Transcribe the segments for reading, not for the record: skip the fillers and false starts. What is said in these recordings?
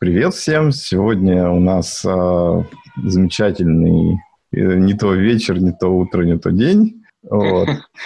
Привет всем! Сегодня у нас замечательный не то вечер, не то утро, не то день. Вот.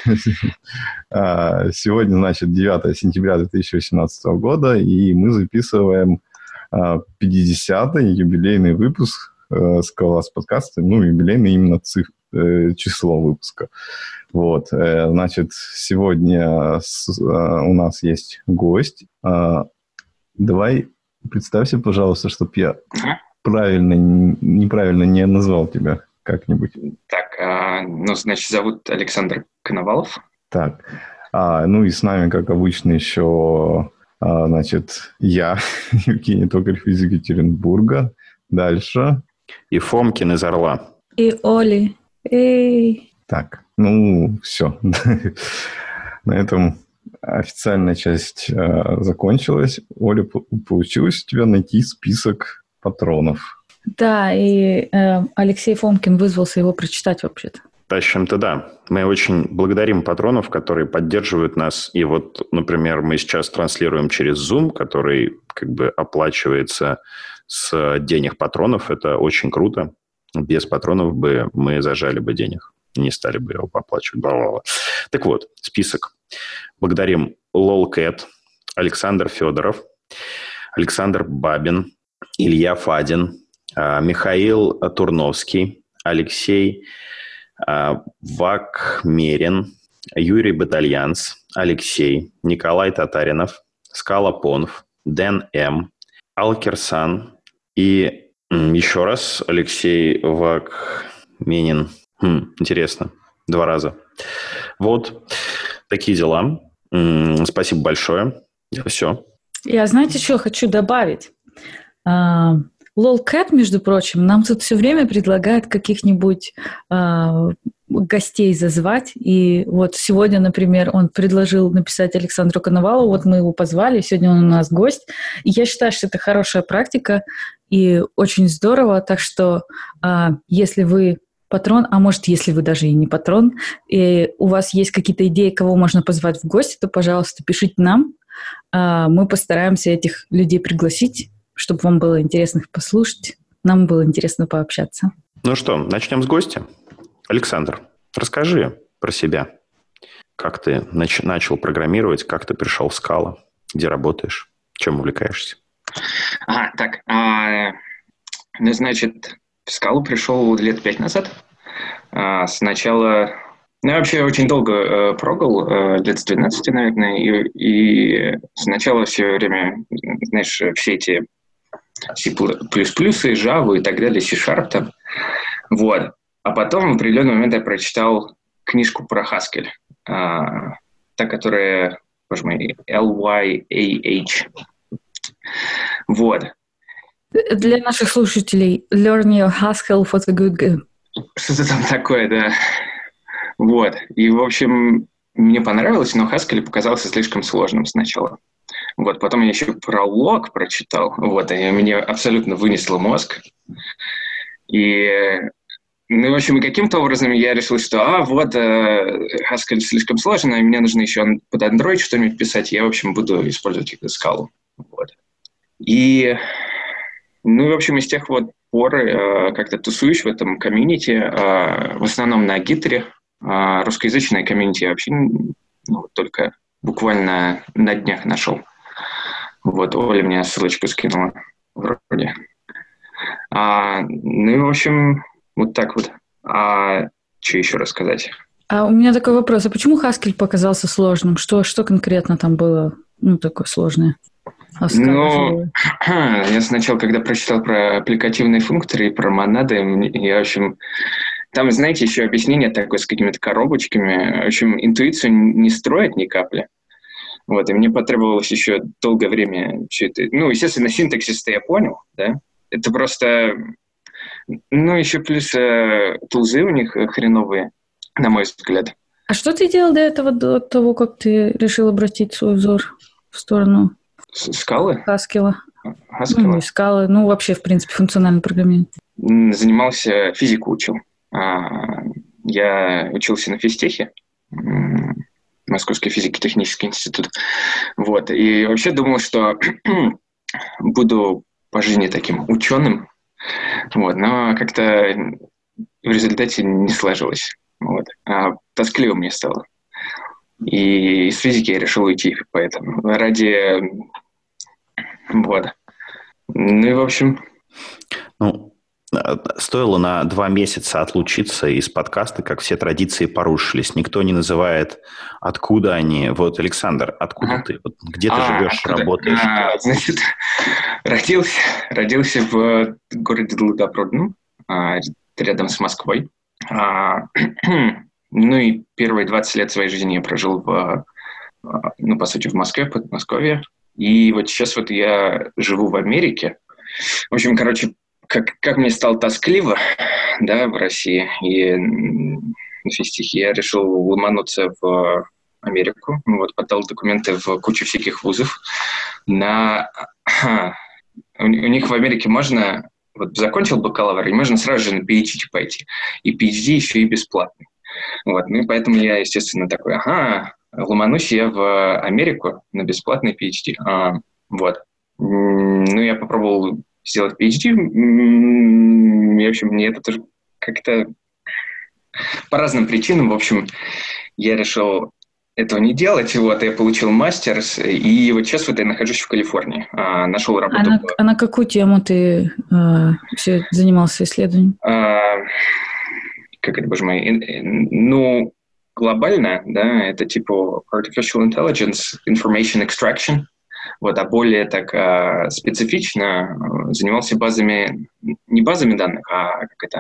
Сегодня, значит, 9 сентября 2018 года, и мы записываем 50-й юбилейный выпуск Скалолаз подкаста. Ну, юбилейный именно число выпуска. Вот. Значит, сегодня у нас есть гость. Давай представься, пожалуйста, чтобы я неправильно не назвал тебя как-нибудь. Так, значит, зовут Александр Коновалов. Так, и с нами, как обычно, еще, значит, я, Евгений Токарев из Екатеринбурга. Дальше. И Фомкин из Орла. И Оли. Эй. Так, все. На этом официальная часть закончилась. Оля, получилось у тебя найти список патронов? Да, и Алексей Фомкин вызвался его прочитать вообще-то. Тащим-то да. Мы очень благодарим патронов, которые поддерживают нас. И вот, например, мы сейчас транслируем через Zoom, который как бы оплачивается с денег патронов. Это очень круто. Без патронов бы мы зажали бы денег. Не стали бы его оплачивать. Бла-бла-бла. Так вот, список. Благодарим LolCat, Александр Федоров, Александр Бабин, Илья Фадин, Михаил Турновский, Алексей Вакмерин, Юрий Батальянс, Алексей, Николай Татаринов, Скала Понф, Дэн М, Алкерсан и еще раз Алексей Вакменин. Интересно. 2 раза. Вот. Такие дела. Спасибо большое. Все. Я, знаете, что хочу добавить? LolCat, между прочим, нам тут все время предлагает каких-нибудь гостей зазвать. И вот сегодня, например, он предложил написать Александру Коновалову. Вот мы его позвали, сегодня он у нас гость. И я считаю, что это хорошая практика и очень здорово. Так что если вы патрон, а может, если вы даже и не патрон, и у вас есть какие-то идеи, кого можно позвать в гости, то, пожалуйста, пишите нам. Мы постараемся этих людей пригласить, чтобы вам было интересно их послушать. Нам было интересно пообщаться. Ну что, начнем с гостя. Александр, расскажи про себя. Как ты начал программировать, как ты пришел в Scala, где работаешь, чем увлекаешься? Значит, в Scala пришел лет 5 назад. Сначала... я вообще очень долго прогал, лет с 12, наверное, и сначала все время, знаешь, все эти C++, Java и так далее, C# там. Вот. А потом в определенный момент я прочитал книжку про Haskell, та, которая, боже мой, LYAH. Вот. Для наших слушателей, learn your Haskell for the good game. Что-то там такое, да. Вот. И, в общем, мне понравилось, но Haskell показался слишком сложным сначала. Вот. Потом я еще пролог прочитал. Вот. И мне абсолютно вынесло мозг. И, в общем, каким-то образом я решил, что, Haskell слишком сложно, и мне нужно еще под Android что-нибудь писать. Я, в общем, буду использовать Scala. Вот. И, в общем, с тех пор как-то тусуюсь в этом комьюнити, в основном на Гиттере. Русскоязычное комьюнити я вообще только буквально на днях нашел. Вот, Оля мне ссылочку скинула вроде. В общем, вот так вот. Что еще рассказать? У меня такой вопрос. А почему Haskell показался сложным? Что конкретно там было, такое сложное? Я сначала, когда прочитал про аппликативные функторы и про монады, я, в общем... Там, знаете, еще объяснение такое с какими-то коробочками. В общем, интуицию не строит ни капли. Вот, и мне потребовалось еще долгое время все это... естественно, синтаксис-то я понял, да? Это просто... еще плюс тулзы у них хреновые, на мой взгляд. А что ты делал до того, как ты решил обратить свой взор в сторону... Скалы? Haskell. Haskell? Scala, вообще, в принципе, функциональное программирование. Занимался, физику учил. Я учился на физтехе, Московский физико-технический институт. Вот. И вообще думал, что буду по жизни таким ученым, вот, но как-то в результате не сложилось. Вот. Тоскливо мне стало. И из физики я решил уйти, поэтому ради... Вот. Ну и, в общем... Ну, стоило на 2 месяца отлучиться из подкаста, как все традиции порушились. Никто не называет, откуда они. Вот, Александр, откуда ты? Вот, где ты живешь, откуда? работаешь? Значит, родился в городе Долгопрудном, рядом с Москвой. Ну и первые 20 лет своей жизни я прожил по сути, в Москве, в Подмосковье. И вот сейчас вот я живу в Америке. В общем, короче, как мне стало тоскливо, да, в России и на физтехе, я решил ломануться в Америку. Вот, подал документы в кучу всяких вузов. У них в Америке можно... Вот закончил бакалавр, и можно сразу же на PhD пойти. И PhD еще и бесплатный. Вот, ну и поэтому я, естественно, такой, ломанусь я в Америку на бесплатный PhD. Вот. Ну, я попробовал сделать PhD, и, в общем, мне это тоже как-то по разным причинам, в общем, я решил этого не делать. Вот, я получил мастерс, и вот сейчас вот я нахожусь в Калифорнии. Нашел работу. А на какую тему ты все занимался исследованием? Как это, боже мой? Ну, глобально, да, это типа artificial intelligence, information extraction. Вот, а более так специфично занимался не базами данных, как это...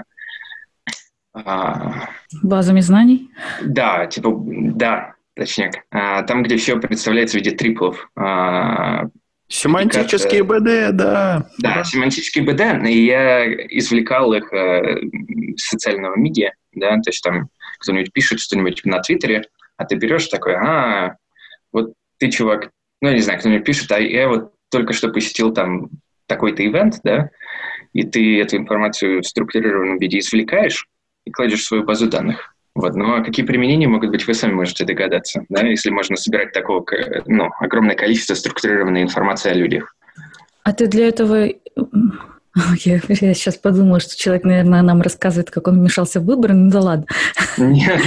Базами знаний? Да, точняк. Там, где все представляется в виде триплов. Семантические БД, да. Да, семантические БД, и я извлекал их из социального медиа, да, то есть там кто-нибудь пишет что-нибудь на Твиттере, а ты берешь такой, вот ты, чувак, ну, я не знаю, кто-нибудь пишет, а я вот только что посетил там такой-то ивент, да, и ты эту информацию в структурированном виде извлекаешь и кладешь в свою базу данных. Вот. Ну, а какие применения могут быть, вы сами можете догадаться, да, если можно собирать такого, огромное количество структурированной информации о людях. А ты для этого... Я сейчас подумала, что человек, наверное, нам рассказывает, как он вмешался в выборы, ну да ладно. Нет.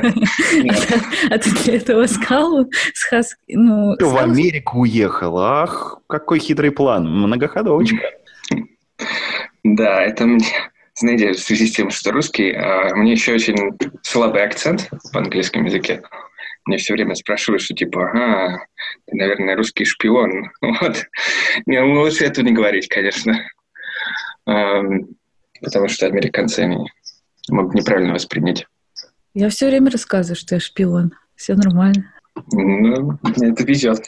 А ты для этого Скалу с Хаски... В Америку уехал, ах, какой хитрый план, многоходовочка. Да, это мне... Знаете, в связи с тем, что русский, мне еще очень слабый акцент в английском языке. Меня все время спрашивают, что типа, ты, наверное, русский шпион. Вот. Лучше этого не говорить, конечно. Потому что американцы они могут неправильно воспринять. Я все время рассказываю, что я шпион. Все нормально. Ну, это везет.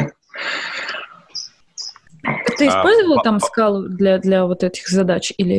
Ты использовал там скалу для вот этих задач или...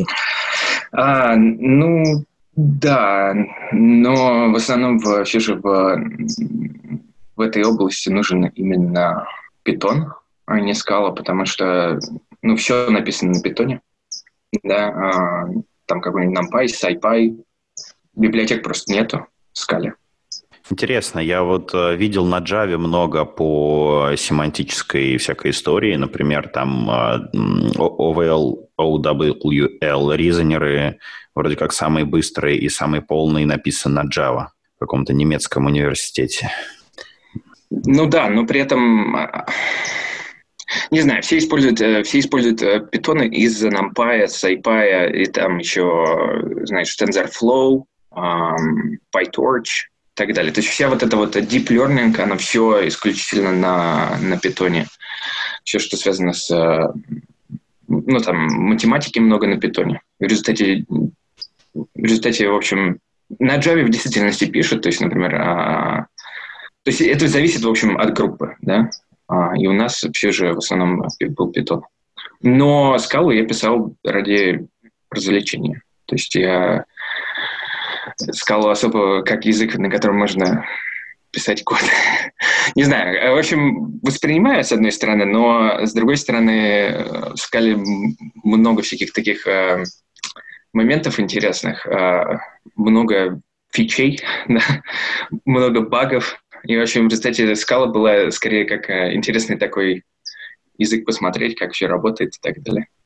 Ну, да, но в основном вообще же в этой области нужен именно Python, а не скала, потому что, все написано на Python, да, там какой-нибудь NumPy, SciPy, библиотек просто нету в скале. Интересно, я вот видел на Java много по семантической всякой истории, например, там OWL, резонеры вроде как самые быстрые и самые полные написаны на Java в каком-то немецком университете. Ну да, но при этом, не знаю, все используют Python из-за NumPy, SciPy и там еще, знаешь, TensorFlow, PyTorch и так далее. То есть вся вот эта вот deep learning, она все исключительно на Python. Все, что связано с... там математики много на Python. В результате, в общем, на Java в действительности пишут, то есть, например, то есть это зависит, в общем, от группы, да, и у нас все же в основном был Python. Но скалу я писал ради развлечения. То есть я скалу особо как язык, на котором можно писать код. Не знаю, в общем, воспринимаю с одной стороны, но с другой стороны в скале много всяких таких моментов интересных, много фичей, да, много багов. И, в общем, в результате скала была скорее как интересный такой язык посмотреть, как все работает и так далее.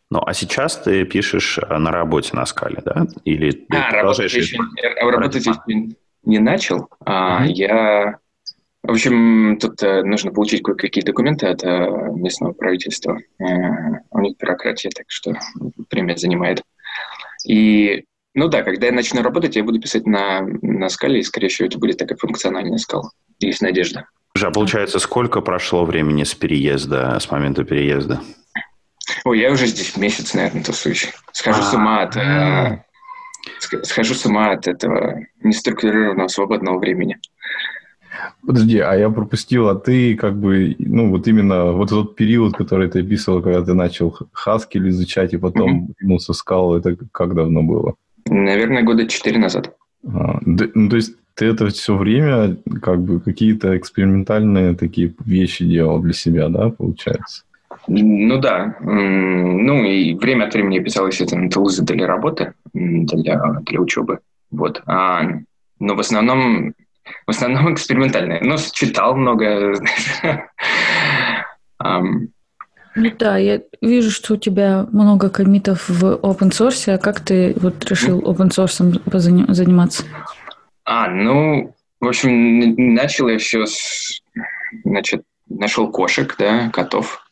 Ну, а сейчас ты пишешь на работе на Scala, да? Или ты продолжаешь... Работать еще не начал. Я... В общем, тут нужно получить кое-какие документы от местного правительства. У них бюрократия, так что время занимает. И, ну да, когда я начну работать, я буду писать на Scala, и, скорее всего, это будет такая функциональная Scala. Есть надежда. А получается, сколько прошло времени с момента переезда? Ой, я уже здесь месяц, наверное, тусуюсь. Схожу с ума от этого неструктурированного свободного времени. Подожди, а я пропустил, а ты как бы, ну, вот именно вот этот период, который ты описывал, когда ты начал Haskell изучать и потом вернулся в Scala, это как давно было? Наверное, 4 года назад. Ну, то есть ты это все время как бы какие-то экспериментальные такие вещи делал для себя, да, получается? Ну да. Ну и время от времени я писал, естественно, тулзы для работы, для учебы. Вот. Но в основном экспериментальное. Но читал много. Ну да, я вижу, что у тебя много коммитов в open source. А как ты вот решил open source заниматься? Ну, в общем, начал я все значит, нашел кошек, да, котов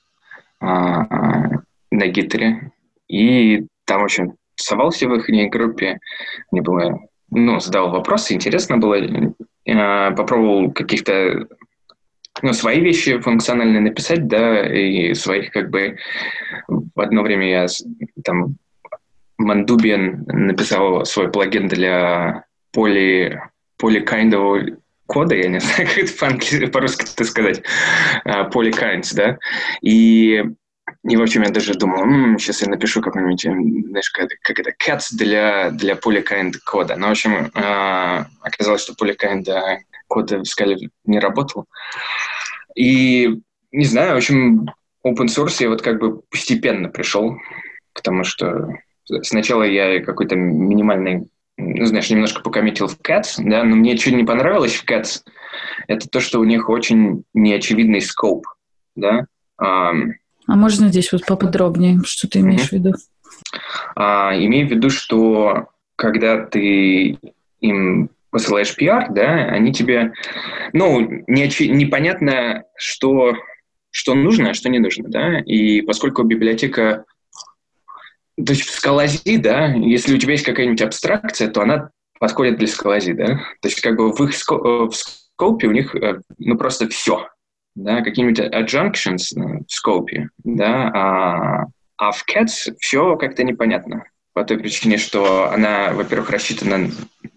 на гитаре. И там, в общем, тусовался в их группе. Мне было, задал вопросы, интересно было. Попробовал каких-то, свои вещи функциональные написать, да, и своих как бы... В одно время я там Mandubian написал свой плагин для поликайндового кода, я не знаю, как это по-русски это сказать, поликайндс, да, и в общем, я даже думал, сейчас я напишу какой-нибудь, знаешь, как это, cats для polykind кода. Но, в общем, оказалось, что polykind код в Scala не работал. И, не знаю, в общем, open source я вот как бы постепенно пришел к тому, что сначала я какой-то минимальный, немножко покоммитил в Cats, да, но мне что не понравилось в Cats, это то, что у них очень неочевидный скоп, да. А можно здесь вот поподробнее, что ты имеешь в виду? Имею в виду, что когда ты им посылаешь PR, да, они тебе, непонятно, что нужно, а что не нужно, да, и поскольку библиотека, то есть в Scalaz, да, если у тебя есть какая-нибудь абстракция, то она подходит для Scalaz, да, то есть как бы в их скопе у них, просто все. Да, какие-нибудь adjunctions в скопе, да, а в Cats все как-то непонятно. По той причине, что она, во-первых, рассчитана,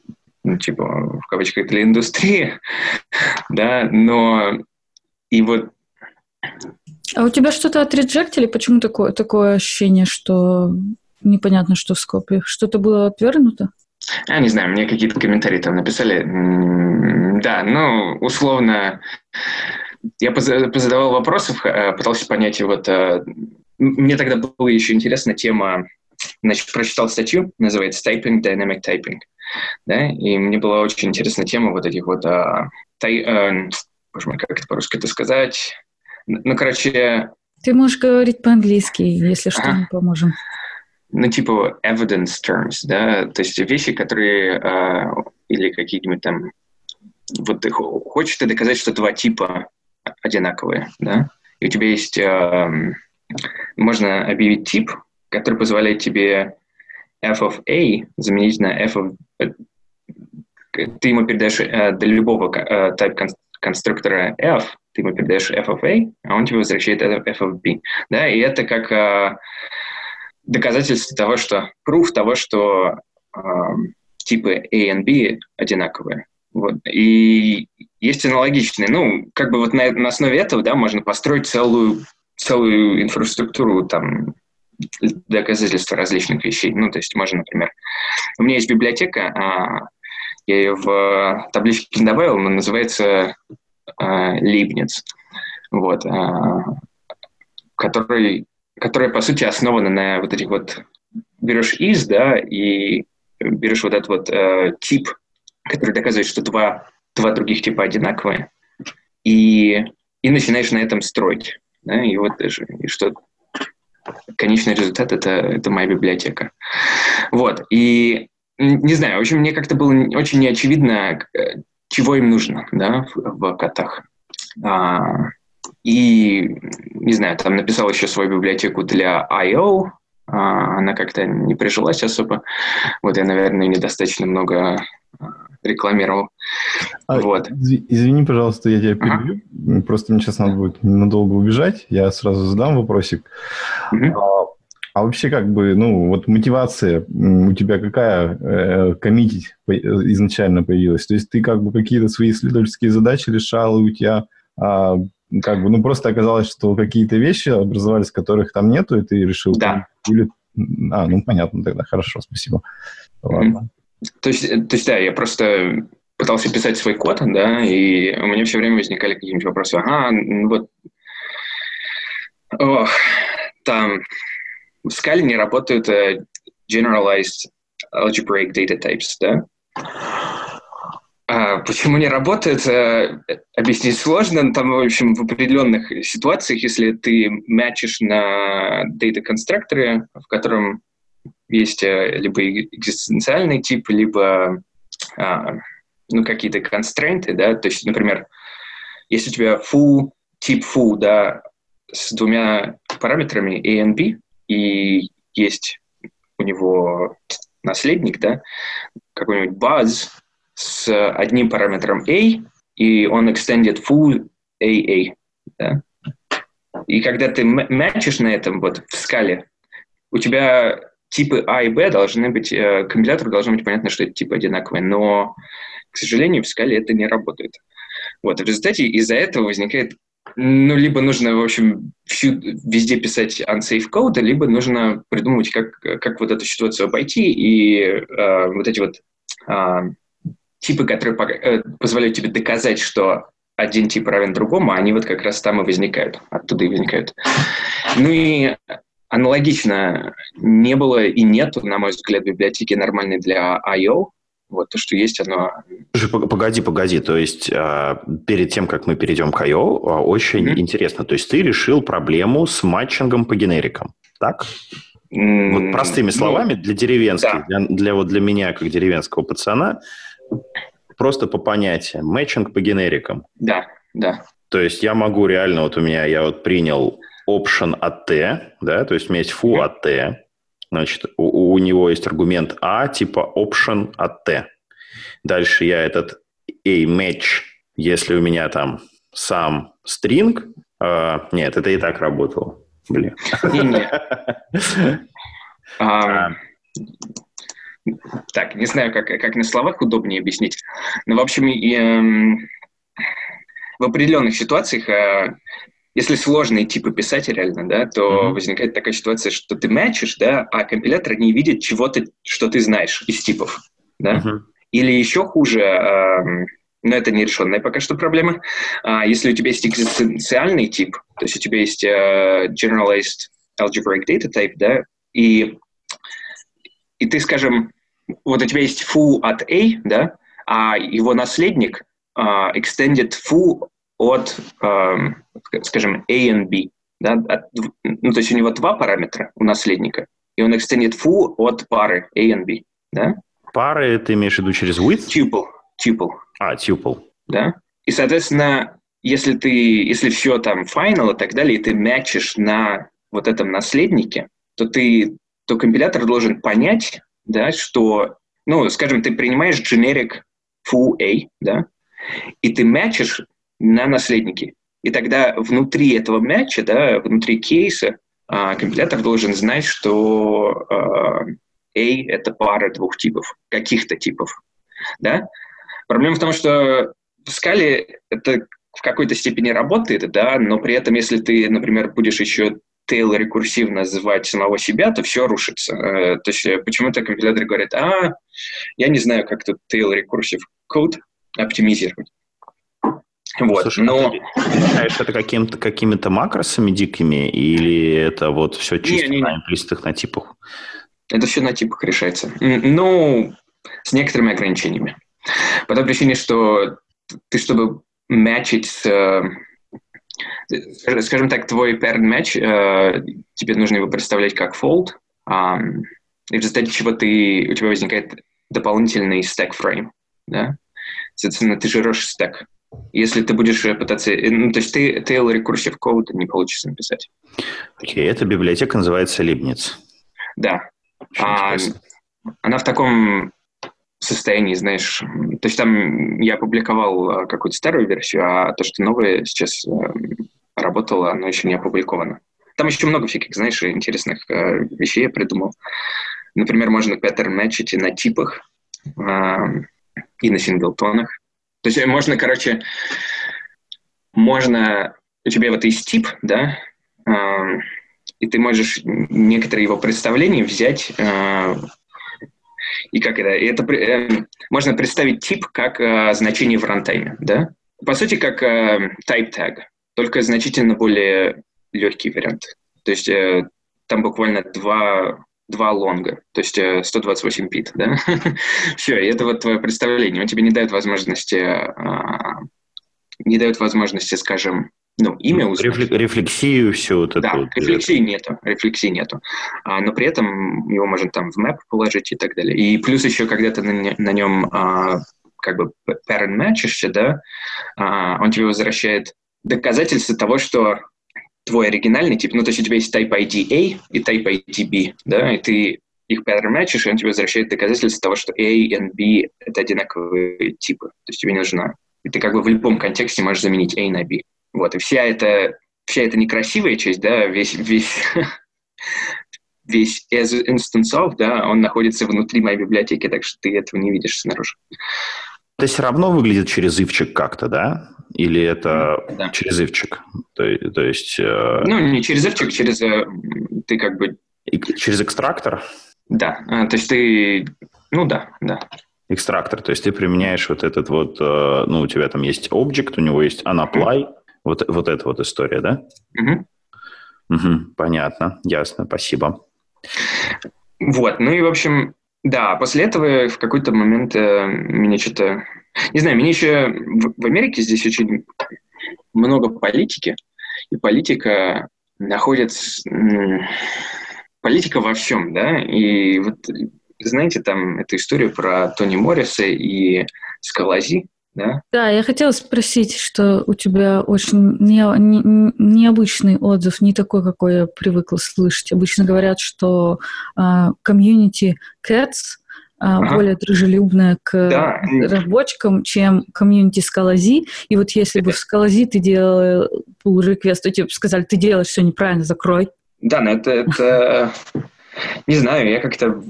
в кавычках, для индустрии, да, но и вот... А у тебя что-то отреджектили? Почему такое ощущение, что непонятно, что в скопе? Что-то было отвергнуто? Не знаю, мне какие-то комментарии там написали. Да, условно... Я позадавал вопросов, пытался понять, мне тогда была еще интересна тема, прочитал статью, называется Typing, Dynamic Typing, да, и мне была очень интересна тема этих боже мой, как это по-русски это сказать, Ты можешь говорить по-английски, если что, мы поможем. Evidence terms, да, то есть вещи, которые, или какие-нибудь там, хочешь ты доказать, что два типа одинаковые, да, и у тебя есть, можно объявить тип, который позволяет тебе f of a заменить на f of... Ты ему передаешь для любого type-конструктора f, ты ему передаешь f of a, а он тебе возвращает f of b, да, и это как доказательство того, что... proof того, что типы a и b одинаковые. Вот. И есть аналогичные. На основе этого, да, можно построить целую инфраструктуру там доказательства различных вещей. То есть можно, например, у меня есть библиотека, я ее в табличке не добавил, но называется Leibniz, которая, по сути, основана на этих берешь is, да, и берешь этот тип, который доказывает, что два других типа одинаковые, и начинаешь на этом строить. Да, и что... конечный результат — это моя библиотека. Вот. И не знаю, в общем, мне как-то было очень неочевидно, чего им нужно, да, в котах. И, не знаю, там написал еще свою библиотеку для I.O., она как-то не прижилась особо. Вот я, наверное, недостаточно много рекламировал. Вот. Извини, пожалуйста, я тебя перебью. Просто мне сейчас надо будет ненадолго убежать. Я сразу задам вопросик. А вообще, как бы, ну, вот мотивация у тебя какая коммитить изначально появилась? То есть ты как бы какие-то свои исследовательские задачи решал, и у тебя как бы, ну, просто оказалось, что какие-то вещи образовались, которых там нету, и ты решил... Да. Или... ну, понятно тогда. Хорошо, спасибо. Ладно. То есть, да, я просто пытался писать свой код, да, и у меня все время возникали какие-нибудь вопросы. Вот... там... В Scala не работают generalized algebraic data types, да? Почему не работает, объяснить сложно. Там, в общем, в определенных ситуациях, если ты матчишь на data-конструкторе, в котором есть либо экзистенциальный тип, либо какие-то constraints, да, то есть, например, если у тебя тип foo, да, с двумя параметрами a и b, и есть у него наследник, да, какой-нибудь buzz с одним параметром a, и он extended foo AA, да. И когда ты матчишь на этом вот в скале, у тебя типы А и Б должны быть, компилятору должно быть понятно, что эти типы одинаковые, но, к сожалению, в скале это не работает. Вот, в результате из-за этого возникает, либо нужно, в общем, везде писать unsafe code, либо нужно придумать, как вот эту ситуацию обойти, и вот эти вот типы, которые позволяют тебе доказать, что один тип равен другому, они вот как раз там и возникают, оттуда и возникают. Ну и аналогично не было и нету, на мой взгляд, библиотеки нормальной для I.O., вот, то, что есть, оно... Погоди. То есть, перед тем, как мы перейдем к I.O., очень интересно. То есть, ты решил проблему с матчингом по генерикам, так? Вот простыми словами, для деревенских, да. для меня, как деревенского пацана, просто по понятиям. Матчинг по генерикам. Да. То есть, я могу реально, я принял option от T, да, то есть, у меня есть foo от T. Значит, у него есть аргумент А, типа option от T. Дальше я этот A-match, если у меня там сам string... нет, это и так работало. Блин. Так, не знаю, как на словах удобнее объяснить. Но, в общем, в определенных ситуациях... Если сложные типы писать реально, да, то возникает такая ситуация, что ты матчишь, да, а компилятор не видит чего-то, что ты знаешь из типов, да. Или еще хуже, но это нерешенная пока что проблема, если у тебя есть экзистенциальный тип, то есть у тебя есть generalized algebraic data type, да, и ты, скажем, вот у тебя есть foo от A, да, а его наследник extended foo от, скажем, A и B. Да? То есть у него два параметра у наследника, и он extended foo от пары A и B. Да? Пары ты имеешь в виду через with? Tuple. Tuple. Да? И, соответственно, если все там final и так далее, и ты матчишь на вот этом наследнике, то компилятор должен понять, да, что, скажем, ты принимаешь generic foo A, да, и ты матчишь на наследники. И тогда внутри этого матча, да, внутри кейса, компилятор должен знать, что A — это пара двух типов, каких-то типов. Да? Проблема в том, что в скале это в какой-то степени работает, да, но при этом, если ты, например, будешь еще тейл-рекурсивно звать самого себя, то все рушится. То есть почему-то компиляторы говорят, я не знаю, как тут тейл-рекурсив код оптимизировать. Вот, слушай, ты решаешь это какими-то макросами дикими, или это вот все чисто на имплиситах, на типах? Это все на типах решается. С некоторыми ограничениями. По той причине, что ты, чтобы матчить с скажем так, твой parent match, тебе нужно его представлять как fold, и в результате чего у тебя возникает дополнительный stack frame, да? Соответственно, ты жрешь стек. Если ты будешь пытаться... Ну, то есть ты tail recursive code не получится написать. Окей, эта библиотека называется Leibniz. Да. Она в таком состоянии, знаешь... То есть там я опубликовал какую-то старую версию, а то, что новое сейчас работало, оно еще не опубликовано. Там еще много всяких, знаешь, интересных вещей я придумал. Например, можно паттерн-матчить и на типах, и на синглтонах. То есть можно, короче, у тебя вот есть тип, да, и ты можешь некоторые его представления взять, и как это можно представить тип как значение в рантайме, да. По сути, как type tag, только значительно более легкий вариант. То есть там буквально два лонга, то есть 128 бит, да? Все, и это вот твое представление. Он тебе не дает возможности, скажем, имя узнать. Рефлексию, все вот это. Да, рефлексии нету. Но при этом его можно там в map положить и так далее. И плюс еще, когда ты на нем как бы parent matchишься, да, он тебе возвращает доказательство того, что твой оригинальный тип, то есть у тебя есть type ID A и type ID B, да, и ты их pattern matchишь, и он тебе возвращает доказательство того, что A и B — это одинаковые типы. То есть тебе нужно... И ты как бы в любом контексте можешь заменить A на B. Вот, и вся эта некрасивая часть, да, весь as instance of, да, он находится внутри моей библиотеки, так что ты этого не видишь снаружи. Это все равно выглядит через ивчик как-то, да? Или это через ивчик? То есть... не через ивчик, через... Ты как бы... Через экстрактор? Да, то есть ты... да. Экстрактор, то есть ты применяешь вот этот вот... у тебя там есть object, у него есть unapply, вот эта вот история, да? Понятно, ясно, спасибо. Вот, и в общем... Да, после этого в какой-то момент меня что-то... Не знаю, меня еще... В Америке здесь очень много политики, и политика находится... Политика во всем, да, и вот, знаете, там эту историю про Тони Морриса и Скалази, да? Да, я хотела спросить, что у тебя очень необычный отзыв, не такой, какой я привыкла слышать. Обычно говорят, что комьюнити Cats более дружелюбная к разработчикам, чем комьюнити Скалази. И вот если бы в Скалази ты делал pull request, то тебе сказали, ты делаешь все неправильно, закрой. Да, но это не знаю, я как-то...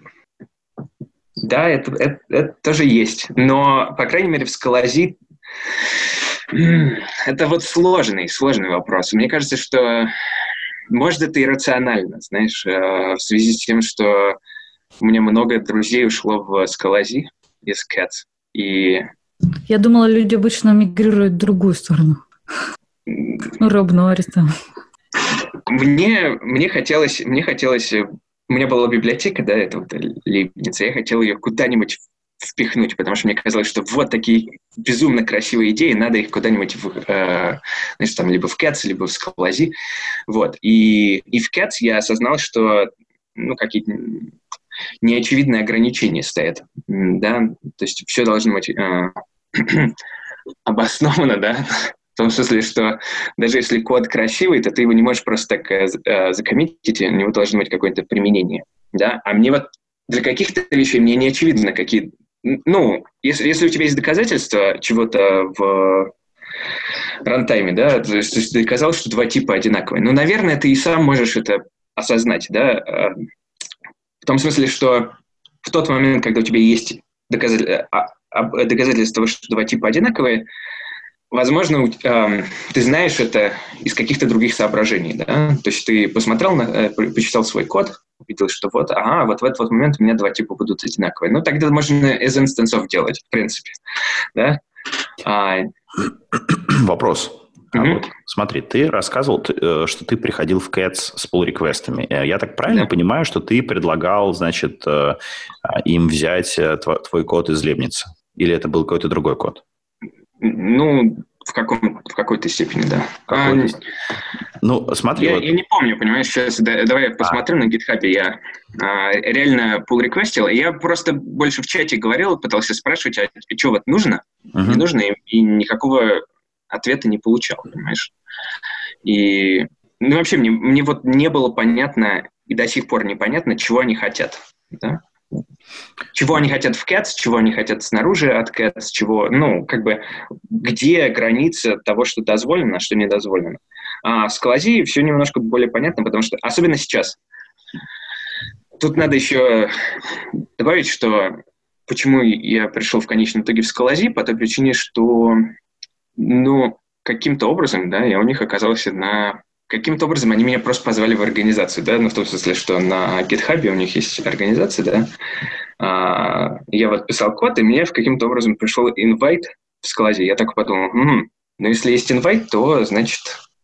Да, это тоже есть. Но, по крайней мере, в Скалази это вот сложный вопрос. Мне кажется, что, может, это иррационально, знаешь, в связи с тем, что у меня много друзей ушло в Скалази из Cats. И... Я думала, люди обычно мигрируют в другую сторону. Роб Норрис там. Мне хотелось... У меня была библиотека, да, это вот Leibniz, я хотел ее куда-нибудь впихнуть, потому что мне казалось, что вот такие безумно красивые идеи, надо их куда-нибудь, значит, там, либо в Cats, либо в Скалази. Вот. И в Cats я осознал, что какие-то неочевидные ограничения стоят. Да? То есть все должно быть обосновано, да, в том смысле, что даже если код красивый, то ты его не можешь просто так закоммитить, у него должно быть какое-то применение. Да? А мне вот для каких-то вещей мне не очевидно, какие... если у тебя есть доказательства чего-то в рантайме, да, то есть ты доказал, что два типа одинаковые, наверное, ты и сам можешь это осознать, да, в том смысле, что в тот момент, когда у тебя есть доказательства того, что два типа одинаковые, возможно, ты знаешь это из каких-то других соображений, да? То есть ты посмотрел, почитал свой код, увидел, что вот в этот вот момент у меня два типа будут одинаковые. Тогда можно as instance делать, в принципе, да? Вопрос. Вот, смотри, ты рассказывал, что ты приходил в Cats с pull-реквестами. Я так правильно понимаю, что ты предлагал, значит, им взять твой код из Leibniz? Или это был какой-то другой код? В какой-то степени, да. Ну, смотри. Я не помню, понимаешь, сейчас давай я посмотрю на GitHub. Я реально pull-реквестил. Я просто больше в чате говорил, пытался спрашивать, а что вот нужно, не нужно, и никакого ответа не получал, понимаешь. И вообще мне вот не было понятно, и до сих пор непонятно, чего они хотят, да? Чего они хотят в Cats, чего они хотят снаружи от Cats, чего, где граница того, что дозволено, а что не дозволено. А с Scalzi все немножко более понятно, потому что, особенно сейчас, тут надо еще добавить, что почему я пришел в конечном итоге в Scalzi, по той причине, что, каким-то образом, да, я у них оказался Каким-то образом они меня просто позвали в организацию, да, в том смысле, что на GitHub у них есть организация, да. Я вот писал код, и мне каким-то образом пришел инвайт в Scalzi. Я так подумал, если есть инвайт, то, значит...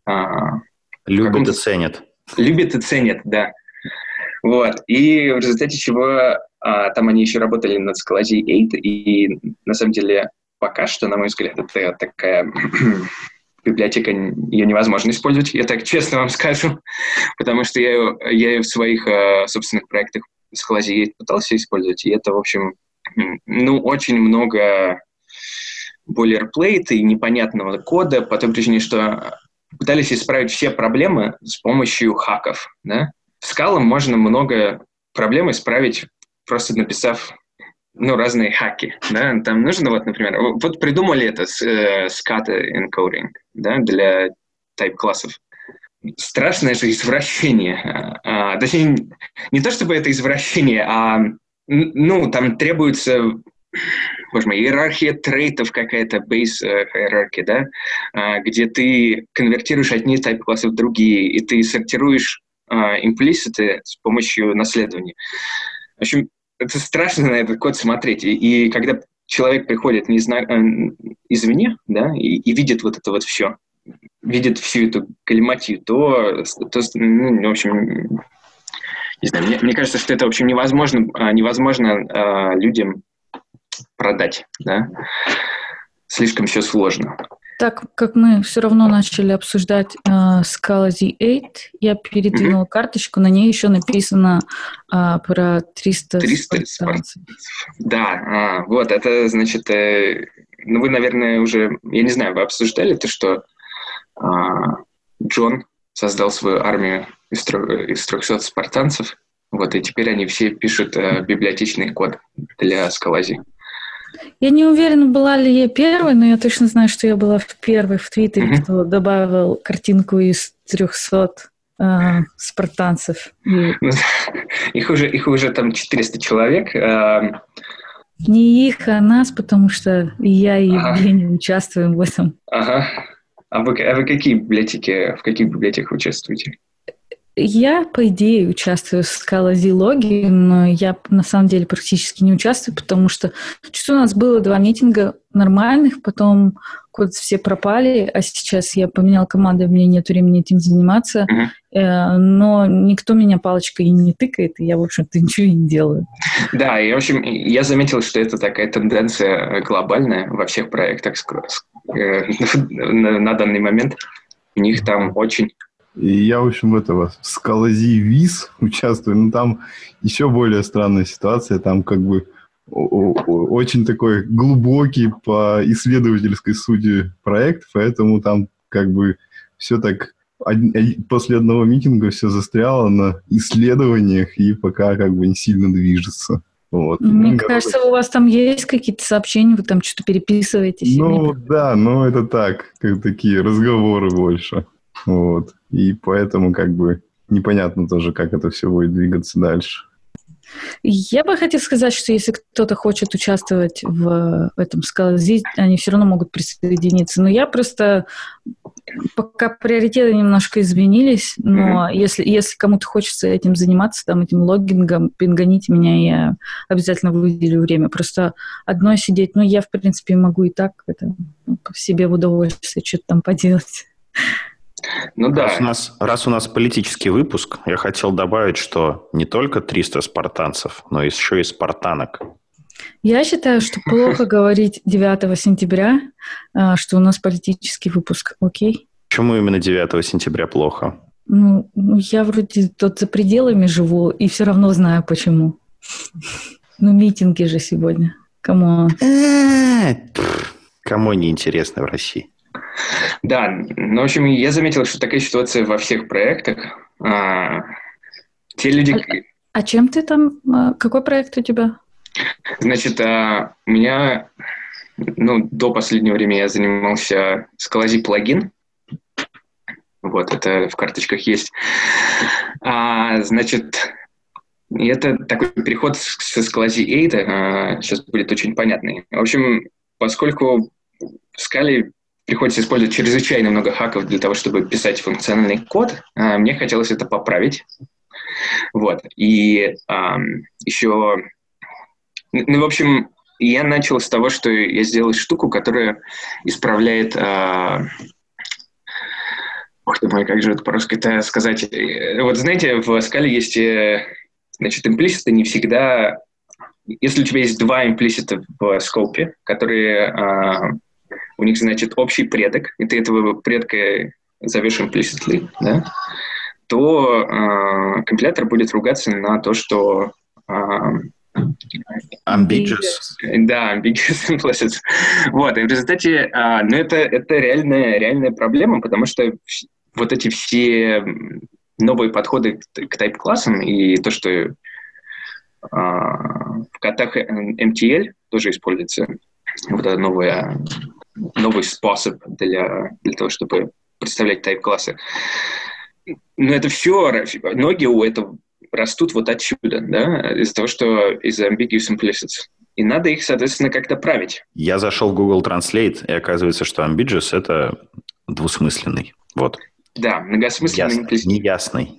Любят и ценят. Любят и ценят, да. Вот. И в результате чего там они еще работали над Scalzi 8, и на самом деле пока что, на мой взгляд, это такая... библиотека, ее невозможно использовать, я так честно вам скажу, потому что я ее в своих собственных проектах с Scalzi пытался использовать, и это, в общем, очень много бойлерплейта и непонятного кода по той причине, что пытались исправить все проблемы с помощью хаков, да? В Scala можно много проблем исправить, просто написав разные хаки, да, там нужно, например, придумали это scatter encoding, да, для type-классов. Страшное же извращение. Точнее, не то чтобы это извращение, там требуется, боже мой, иерархия трейтов какая-то, base hierarchy, да, где ты конвертируешь одни type-классы в другие, и ты сортируешь имплиситы с помощью наследования. В общем, это страшно на этот код смотреть. И когда человек приходит извне, да, и видит вот это вот все, видит всю эту галиматью, то в общем, не знаю, мне кажется, что это, в общем, невозможно людям продать, да. Слишком все сложно. Так как мы все равно начали обсуждать Scalzi 8, я передвинула карточку, на ней еще написано про 300 спартанцев. Да, вот, это значит, вы, наверное, уже, я не знаю, вы обсуждали то, что Джон создал свою армию из 300 спартанцев, вот, и теперь они все пишут библиотечный код для Scalzi. Я не уверена, была ли я первой, но я точно знаю, что я была первой в Твиттере, кто добавил картинку из 300 спартанцев. Их уже там 400 человек. Не их, а нас, потому что и я, и Евгений участвуем в этом. Ага. А вы в каких библиотеках участвуете? Я, по идее, участвую в Scalzi логи, но я на самом деле практически не участвую, потому что у нас было 2 митинга нормальных, потом куда-то все пропали, а сейчас я поменял команду, у меня нет времени этим заниматься, но никто меня палочкой не тыкает, и я, в общем-то, ничего не делаю. Да, и, в общем, я заметил, что это такая тенденция глобальная во всех проектах на данный момент. У них там очень... И я, в общем, в Scalzi Viz участвую, там еще более странная ситуация, там как бы очень такой глубокий по исследовательской сути проект, поэтому там как бы все так после одного митинга все застряло на исследованиях и пока как бы не сильно движется. Вот. Мне кажется, у вас там есть какие-то сообщения, вы там что-то переписываетесь? Да, это так, как такие разговоры больше. Вот. И поэтому как бы непонятно тоже, как это все будет двигаться дальше. Я бы хотела сказать, что если кто-то хочет участвовать в этом Scalzi, они все равно могут присоединиться. Но я просто... Пока приоритеты немножко изменились, но если кому-то хочется этим заниматься, этим логингом, пинганите меня, я обязательно выделю время. Просто одно сидеть, я, в принципе, могу и так себе в удовольствие что-то там поделать. Да. Раз у нас политический выпуск, я хотел добавить, что не только 300 спартанцев, но еще и спартанок. Я считаю, что плохо говорить 9 сентября, что у нас политический выпуск. Окей? Почему именно 9 сентября плохо? Ну, я вроде тут за пределами живу и все равно знаю, почему. Ну, митинги же сегодня. Камон. Кому не интересно в России? Да, ну, в общем, я заметил, что такая ситуация во всех проектах. Те люди... А чем ты там? Какой проект у тебя? Значит, у меня, до последнего времени я занимался Scalaz плагин. Вот, это в карточках есть. Значит, это такой переход со Scalaz 8, сейчас будет очень понятный. В общем, поскольку в Scala приходится использовать чрезвычайно много хаков для того, чтобы писать функциональный код, мне хотелось это поправить. Вот, и еще... Ну, в общем, я начал с того, что я сделал штуку, которая исправляет... Ох ты мой, как же это по-русски это сказать? Вот знаете, в Scala есть, значит, имплиситы не всегда... Если у тебя есть два имплисита в скопе, которые... у них, значит, общий предок, и ты этого предка зовешь implicitly, да, то компилятор будет ругаться на то, что... Ambiguous. Да, ambiguous implicit. Вот, и в результате, это реальная проблема, потому что вот эти все новые подходы к тайп-классам и то, что в кодах MTL тоже используется вот этот новый способ для того, чтобы представлять тайп-классы. Но это все, ноги у этого растут вот отсюда, да, из-за того, что из-за ambiguous implicits. И надо их, соответственно, как-то править. Я зашел в Google Translate, и оказывается, что ambiguous — это двусмысленный. Вот. Да, многосмысленный implicit. Неясный.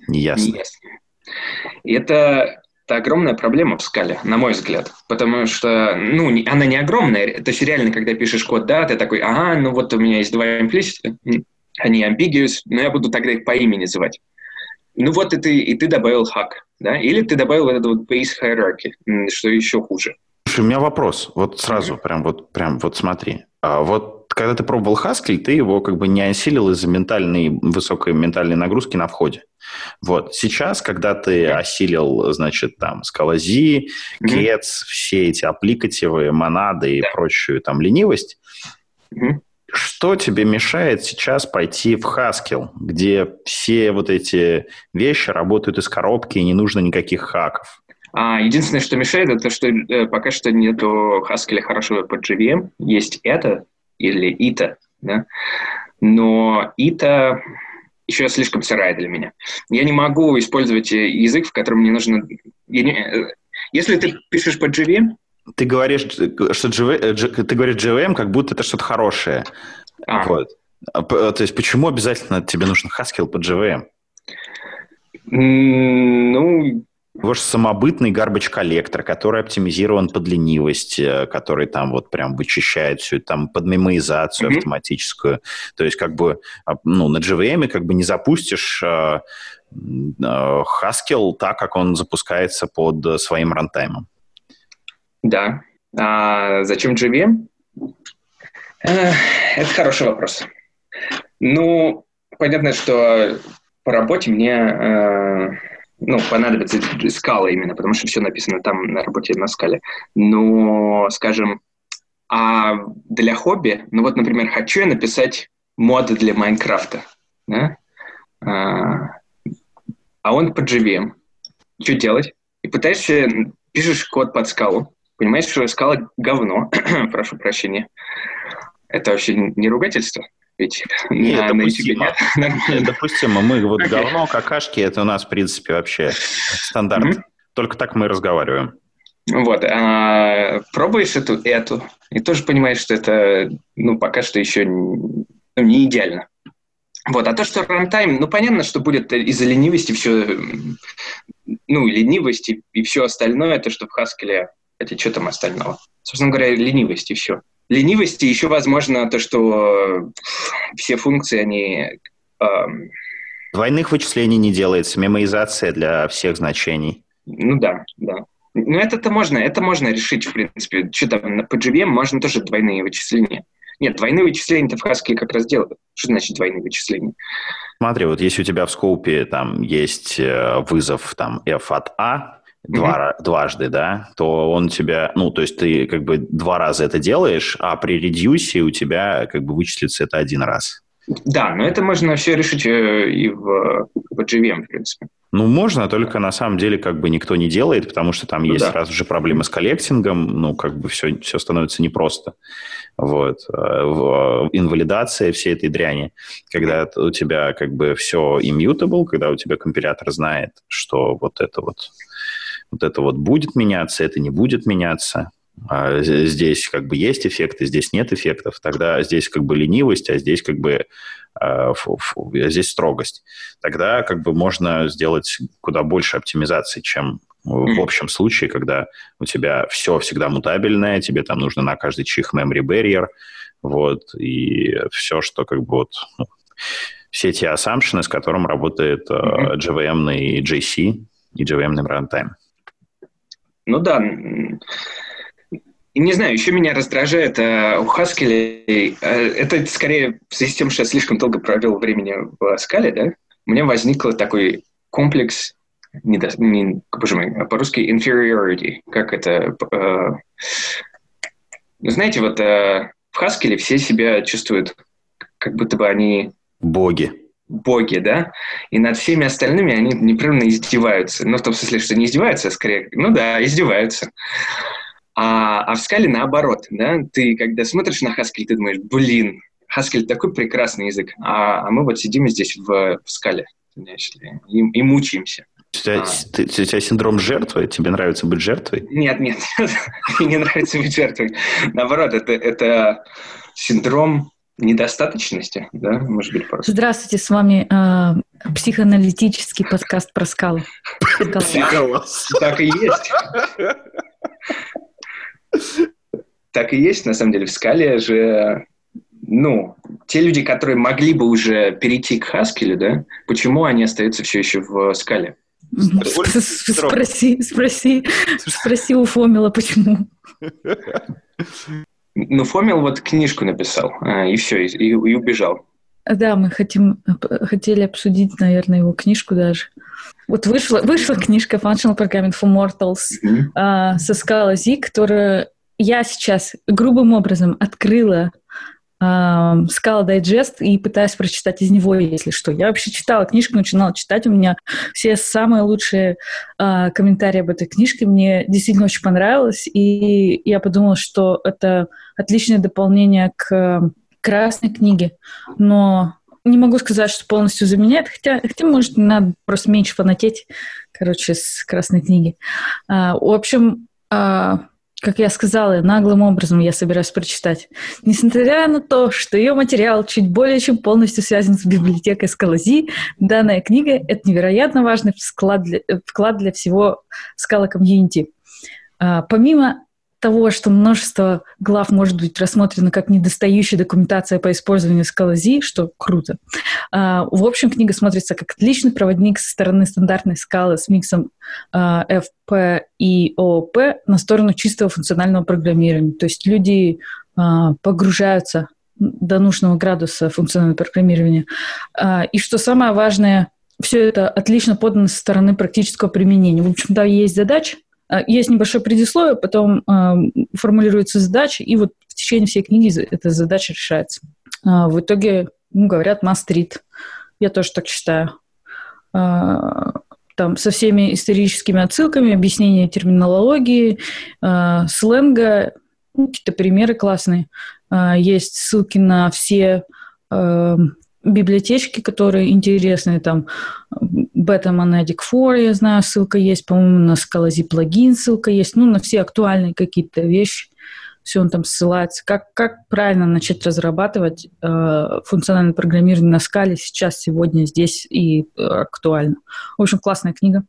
И это огромная проблема в Scala, на мой взгляд. Потому что, она не огромная. То есть реально, когда пишешь код, да, ты такой, вот у меня есть два имплисита, они ambiguous, но я буду тогда их по имени называть. Ну вот и ты добавил хак, да? Или ты добавил этот вот base hierarchy, что еще хуже. Слушай, у меня вопрос. Вот сразу, прям смотри. Вот когда ты пробовал Haskell, ты его как бы не осилил из-за высокой ментальной нагрузки на входе. Вот. Сейчас, когда ты осилил, значит, там, Scalaz, Cats, все эти аппликативы, монады и прочую там ленивость, что тебе мешает сейчас пойти в Haskell, где все вот эти вещи работают из коробки и не нужно никаких хаков? Единственное, что мешает, это что пока что нету Haskell хорошего под JVM. Есть это или ita, да? Но ita еще слишком сырая для меня. Я не могу использовать язык, в котором мне нужно... Если ты пишешь под JVM, ты говоришь, что ты говоришь JVM, как будто это что-то хорошее. Вот. То есть почему обязательно тебе нужен Haskell под JVM? Его же самобытный garbage коллектор, который оптимизирован под ленивость, который там вот прям вычищает все это там под мемоизацию автоматическую. То есть как бы на JVM как бы не запустишь Haskell так, как он запускается под своим рантаймом. Да. Зачем JVM? Это хороший вопрос. Понятно, что по работе мне понадобится Scala именно, потому что все написано там на работе на Scala. Но, скажем, для хобби, например, хочу я написать мод для Майнкрафта, да? Он под JVM. Что делать? И пишешь код под Scala. Понимаешь, что Scala говно. Прошу прощения. Это вообще не ругательство? Ведь допустимо. Допустимо. Мы вот говно, какашки, это у нас, в принципе, вообще стандарт. Только так мы и разговариваем. Вот. Пробуешь эту, и тоже понимаешь, что это, пока что еще не идеально. Вот. А то, что рантайм, понятно, что будет из-за ленивости все, ленивость и все остальное, то, что в Haskell, хотя что там остального? Собственно говоря, ленивость и все. Ленивость и еще, возможно, то, что все функции, они... Двойных вычислений не делается, мемоизация для всех значений. Да. Ну, это можно решить, в принципе. Что там, по JVM можно тоже двойные вычисления. Нет, двойные вычисления-то в Haskell как раз делают. Что значит двойные вычисления? Смотри, вот если у тебя в скоупе там есть вызов там f от a дважды, да, то он тебя, ну, то есть ты как бы 2 раза это делаешь, а при редюсе у тебя как бы вычислится это 1 раз. Да, но это можно вообще решить и по JVM, в принципе. Ну, можно, только на самом деле как бы никто не делает, потому что там есть сразу же проблемы с коллектингом, ну, как бы все становится непросто. Вот. Инвалидация всей этой дряни, когда у тебя как бы все immutable, когда у тебя компилятор знает, что вот это вот будет меняться, это не будет меняться. Здесь как бы есть эффекты, здесь нет эффектов, тогда здесь как бы ленивость, а здесь как бы здесь строгость. Тогда как бы можно сделать куда больше оптимизации, чем в общем случае, когда у тебя все всегда мутабельное, тебе там нужно на каждый чих memory barrier, вот, и все, что как бы вот, ну, все те assumptions, с которым работает JVM-ный JC и JVM-ный runtime. Ну да. И не знаю, еще меня раздражает у Haskell, это скорее в связи с тем, что я слишком долго провел времени в Scala, да, у меня возник такой комплекс, боже мой, по-русски inferiority, как это... знаете, вот в Haskell все себя чувствуют, как будто бы они... Боги, да, и над всеми остальными они непрерывно издеваются. Ну, в том смысле, что не издеваются, а скорее, ну да, издеваются. А в Scala наоборот, да, ты когда смотришь на Haskell, ты думаешь, блин, Haskell такой прекрасный язык, а мы вот сидим здесь в Scala, и мучаемся. У тебя синдром жертвы? Тебе нравится быть жертвой? Нет, мне не нравится быть жертвой. Наоборот, это синдром недостаточности, да, может быть, просто. Здравствуйте, с вами психоаналитический подкаст про Scala. Так и есть. Так и есть, на самом деле. В Scala же, ну, те люди, которые могли бы уже перейти к Haskell, да, почему они остаются все еще в Scala? Спроси у Фомила, почему. Ну, Фомил вот книжку написал, и все, и убежал. Да, мы хотели обсудить, наверное, его книжку даже. Вот вышла книжка Functional Programming for Mortals со Scala Z, которую я сейчас грубым образом открыла Scala Digest и пытаюсь прочитать из него, если что. Я вообще читала книжку, начинала читать. У меня все самые лучшие комментарии об этой книжке. Мне действительно очень понравилось. И я подумала, что это отличное дополнение к красной книге. Но не могу сказать, что полностью заменяет. Хотя может, надо просто меньше фанатеть, с красной книги. В общем... Как я сказала, наглым образом я собираюсь прочитать. Несмотря на то, что ее материал чуть более чем полностью связан с библиотекой Scala Z, данная книга — это невероятно важный вклад для всего Scala комьюнити. Помимо того, что множество глав может быть рассмотрено как недостающая документация по использованию Scala Z, что круто. В общем, книга смотрится как отличный проводник со стороны стандартной Scala с миксом FP и OOP на сторону чистого функционального программирования. То есть люди погружаются до нужного градуса функционального программирования. И что самое важное, все это отлично подано со стороны практического применения. В общем, да, есть задача, есть небольшое предисловие, потом формулируется задача, и вот в течение всей книги эта задача решается. В итоге, говорят, must read. Я тоже так считаю. Там со всеми историческими отсылками, объяснение терминологии, сленга, какие-то примеры классные. Есть ссылки на все библиотечки, которые интересные, там Beta Monadic 4, я знаю, ссылка есть, по-моему, на Scala Z плагин ссылка есть, на все актуальные какие-то вещи, все он там ссылается. Как правильно начать разрабатывать функциональное программирование на Scala сейчас, сегодня, здесь и актуально. В общем, классная книга.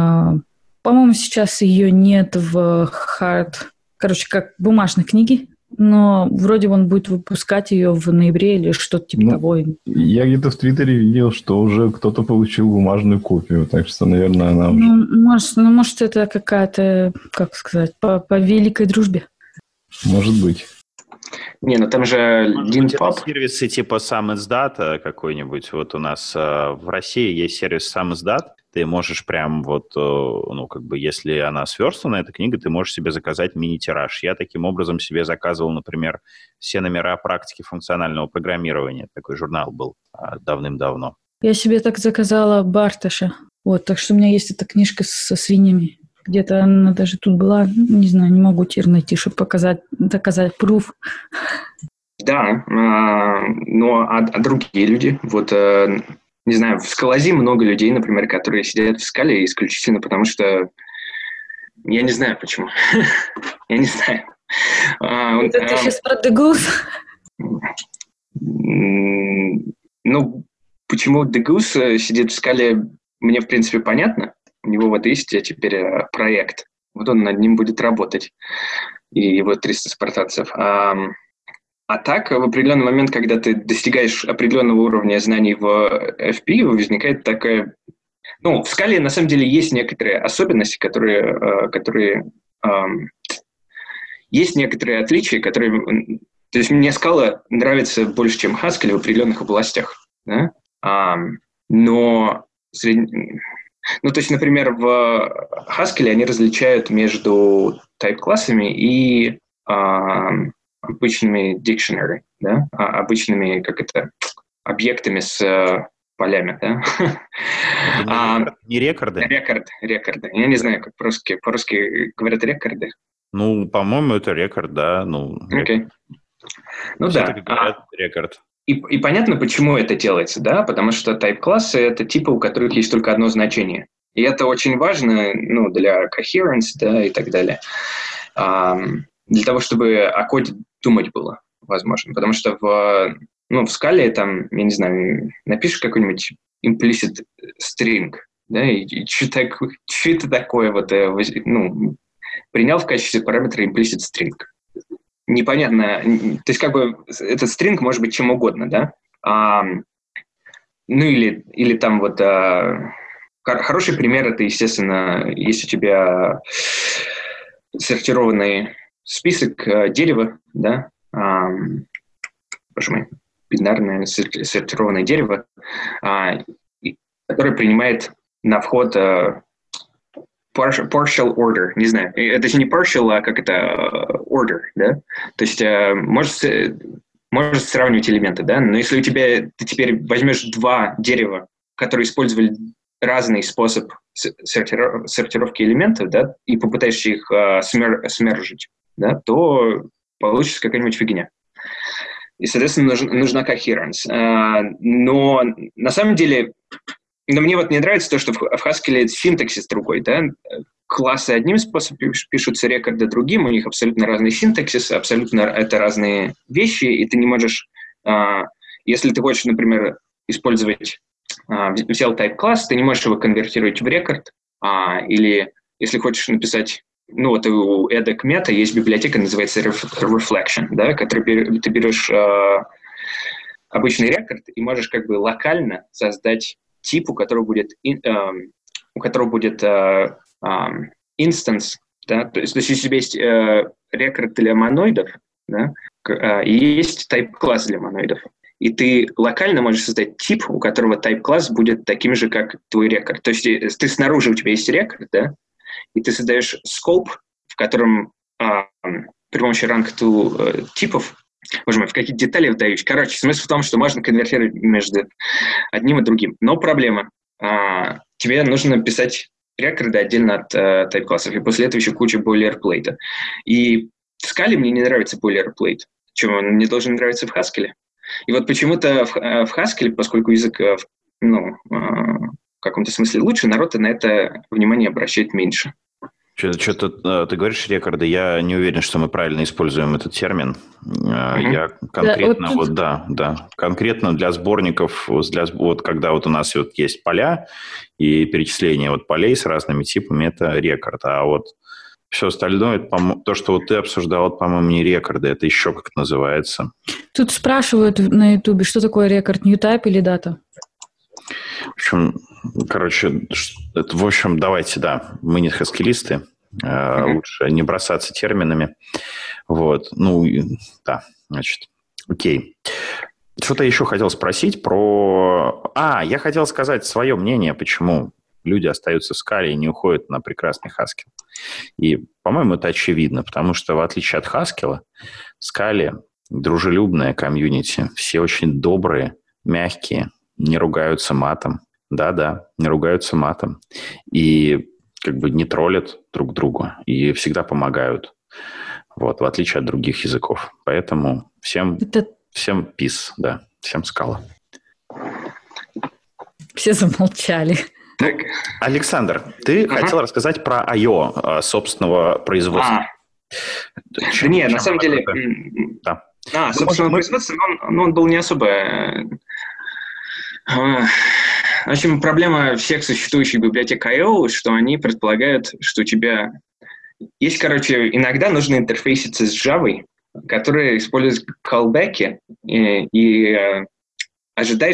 По-моему, сейчас ее нет в как бумажной книги. но вроде он будет выпускать ее в ноябре или что-то типа того. Я где-то в Твиттере видел, что уже кто-то получил бумажную копию, так что, наверное, она уже... Может, это какая-то, как сказать, по великой дружбе. Может быть. Не, ну там же LeanPub. Сервисы типа SamIsDat какой-нибудь. Вот у нас в России есть сервис SamIsDat. Ты можешь прям вот, ну, как бы, если она сверстана, эта книга, ты можешь себе заказать мини-тираж. Я таким образом себе заказывал, например, все номера практики функционального программирования. Такой журнал был давным-давно. Я себе так заказала Барташа. Вот, так что у меня есть эта книжка со свиньями. Где-то она даже тут была, не знаю, не могу теперь найти, чтобы доказать proof. Да, но другие люди, вот, не знаю, в Скалази много людей, например, которые сидят в Скале исключительно потому, что я не знаю почему. Я не знаю. Это ты сейчас про The Goose? Ну, почему The Goose сидит в Скале, мне, в принципе, понятно. У него вот есть теперь проект. Вот он над ним будет работать. И его 300 спартанцев. А так, в определенный момент, когда ты достигаешь определенного уровня знаний в FP, возникает такая... Ну, в скале, на самом деле, есть некоторые особенности, которые есть некоторые отличия, которые... То есть мне скала нравится больше, чем Haskell в определенных областях. Да? Но... Ну, то есть, например, в Haskell они различают между type-классами и обычными dictionary, да? Обычными, объектами с полями, да? Не рекорды? Рекорды. Я не знаю, как по-русски говорят рекорды. Ну, по-моему, это рекорд, да. Окей. Ну все да. так говорят, рекорд. И понятно, почему это делается, да, потому что type-классы — это типы, у которых есть только одно значение. И это очень важно, ну, для coherence, да, и так далее. Для того, чтобы о коде думать было возможно. Потому что в скале, там, я не знаю, напишешь какой-нибудь implicit string, да, и что это такое, вот, ну, принял в качестве параметра implicit string. Непонятно, то есть как бы этот string может быть чем угодно, да? Ну или там вот хороший пример — это, естественно, если у тебя сортированный список дерева, да, боже мой, бинарное сортированное дерево, которое принимает на вход partial order, не знаю, это же не partial, а как это order, да, то есть может сравнивать элементы, да, но если ты теперь возьмешь два дерева, которые использовали разный способ сортировки элементов, да, и попытаешься их смержить, да, то получится какая-нибудь фигня. И, соответственно, нужна coherence. Но на самом деле, мне вот не нравится то, что в Haskell синтаксис другой, да, классы одним способом пишутся, рекорды другим, у них абсолютно разный синтаксис, абсолютно это разные вещи, и ты не можешь, если ты хочешь, например, использовать, взял type-класс, ты не можешь его конвертировать в рекорд, или если хочешь написать, ну вот у edX Meta есть библиотека, называется Reflection, да, которой ты берешь обычный рекорд и можешь как бы локально создать тип, у которого будет instance, да, то есть если у тебя есть рекорд для моноидов, да, и есть type-класс для моноидов, и ты локально можешь создать тип, у которого type-класс будет таким же, как твой рекорд. То есть ты снаружи, у тебя есть рекорд, да, и ты создаешь scope, в котором при помощи rank2 типов, боже мой, в какие детали вдаюсь. Короче, смысл в том, что можно конвертировать между одним и другим. Но проблема. Тебе нужно писать рекорды отдельно от type-классов, и после этого еще куча boilerplate. И в скале мне не нравится boilerplate. Чего он мне должен нравиться в Haskell. И вот почему-то в Haskell, поскольку язык, ну, в каком-то смысле лучше, народ на это внимание обращает меньше. Что-то ты говоришь рекорды, я не уверен, что мы правильно используем этот термин. Я конкретно, конкретно для сборников, вот когда вот у нас вот есть поля и перечисление вот полей с разными типами, это рекорд. А вот Все остальное, то, что вот ты обсуждал, это, по-моему, не рекорды, это еще как называется. Тут спрашивают на Ютубе, что такое рекорд, ньютайп или дата? В общем, короче, в общем, давайте, да, мы не хаскилисты, лучше не бросаться терминами. Вот, ну, да, значит, окей. Что-то еще хотел спросить про... я хотел сказать свое мнение, почему люди остаются в Scala и не уходят на прекрасный Haskell. И, по-моему, это очевидно, потому что, в отличие от Haskell, в Scala дружелюбная комьюнити, все очень добрые, мягкие, не ругаются матом. Да-да, не ругаются матом. И как бы не троллят друг друга. И всегда помогают. Вот, в отличие от других языков. Поэтому всем peace, да, всем Scala. Все замолчали. Так. Александр, ты хотел рассказать про I.O. собственного производства. Нет, на самом деле... Да. Собственного производства, но он был не особо... В общем, проблема всех существующих библиотек I.O., что они предполагают, что у тебя... Есть, короче, иногда нужно интерфейситься с Java, которая использует callback'и и ожидает,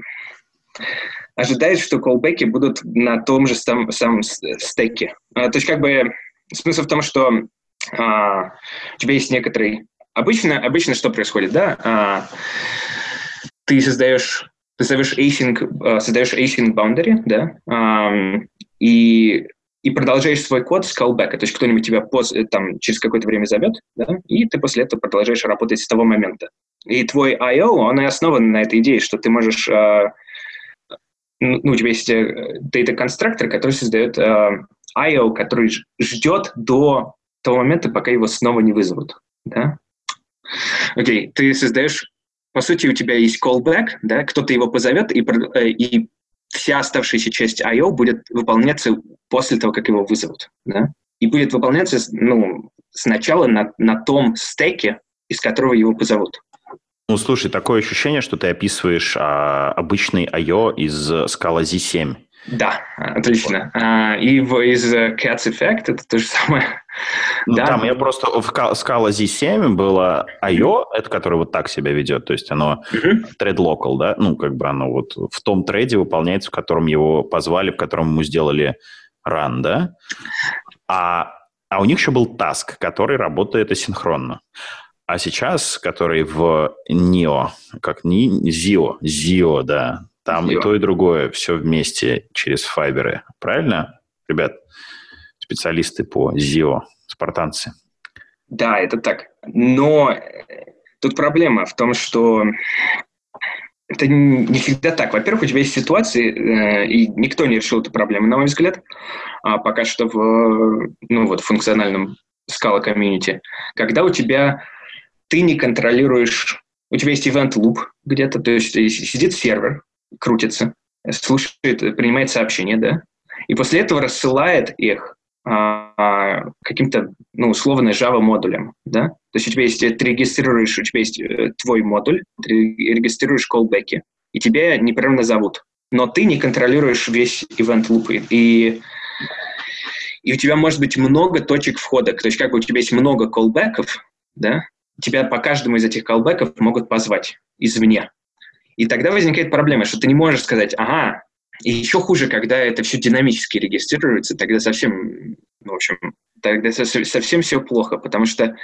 что callback'и будут на том же самом стеке. То есть, как бы, смысл в том, что у тебя есть некоторый... Обычно что происходит, да? Ты создаешь async boundary, да, и продолжаешь свой код с callback. То есть кто-нибудь тебя там, через какое-то время зовет, да, и ты после этого продолжаешь работать с того момента. И твой I.O., он и основан на этой идее, что ты можешь... у тебя есть data constructor, который создает I.O., который ждет до того момента, пока его снова не вызовут. Да? Окей, ты создаешь... По сути, у тебя есть callback, да, кто-то его позовет, и вся оставшаяся часть I.O. будет выполняться после того, как его вызовут. Да? И будет выполняться сначала на том стеке, из которого его позовут. Ну, слушай, такое ощущение, что ты описываешь обычный I.O. из Scala Z7. Да, отлично. И из Cats Effect это то же самое. Ну, да. Там я просто... В Scala Z7 было I.O., это который вот так себя ведет, то есть оно thread local, да? Ну, как бы оно вот в том треде выполняется, в котором его позвали, в котором ему сделали run, да? А у них еще был task, который работает асинхронно. А сейчас, который в Neo, Zio, да, там Zio. И то, и другое, все вместе через файберы. Правильно, ребят? Специалисты по Zio, спартанцы. Да, это так. Но тут проблема в том, что это не всегда так. Во-первых, у тебя есть ситуации, и никто не решил эту проблему, на мой взгляд, пока что в функциональном Scala комьюнити, когда ты не контролируешь, у тебя есть event loop где-то, то есть сидит сервер, крутится, слушает, принимает сообщения, да, и после этого рассылает их каким-то, условно, Java модулем, да, то есть ты регистрируешь, у тебя есть твой модуль, ты регистрируешь callback'и, и тебя непрерывно зовут, но ты не контролируешь весь event loop, и у тебя может быть много точек входа, то есть как бы у тебя есть много callback'ов, да, тебя по каждому из этих callback'ов могут позвать извне. И тогда возникает проблема, что ты не можешь сказать, и еще хуже, когда это все динамически регистрируется, тогда совсем все плохо, потому что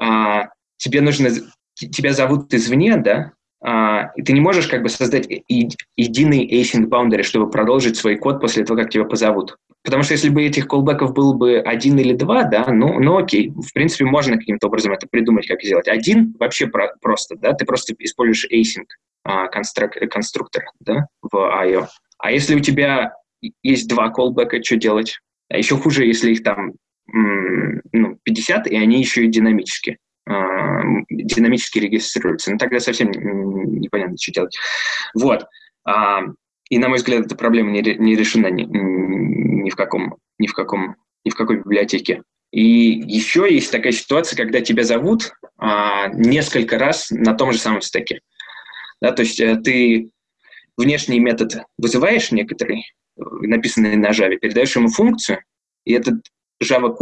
тебя зовут извне, да, и ты не можешь как бы создать единый async boundary, чтобы продолжить свой код после того, как тебя позовут. Потому что если бы этих callback'ов было бы 1 или 2, да, окей, в принципе, можно каким-то образом это придумать, как сделать. 1 вообще просто, да, ты просто используешь async конструктор, да, в I.O. А если у тебя есть 2 callback'а, что делать? А еще хуже, если их там 50, и они еще и динамически регистрируются. Тогда совсем непонятно, что делать. Вот. И, на мой взгляд, эта проблема не решена ни в какой библиотеке. И еще есть такая ситуация, когда тебя зовут несколько раз на том же самом стеке. Да, то есть ты внешний метод вызываешь некоторый, написанный на Java, передаешь ему функцию, и этот Java-код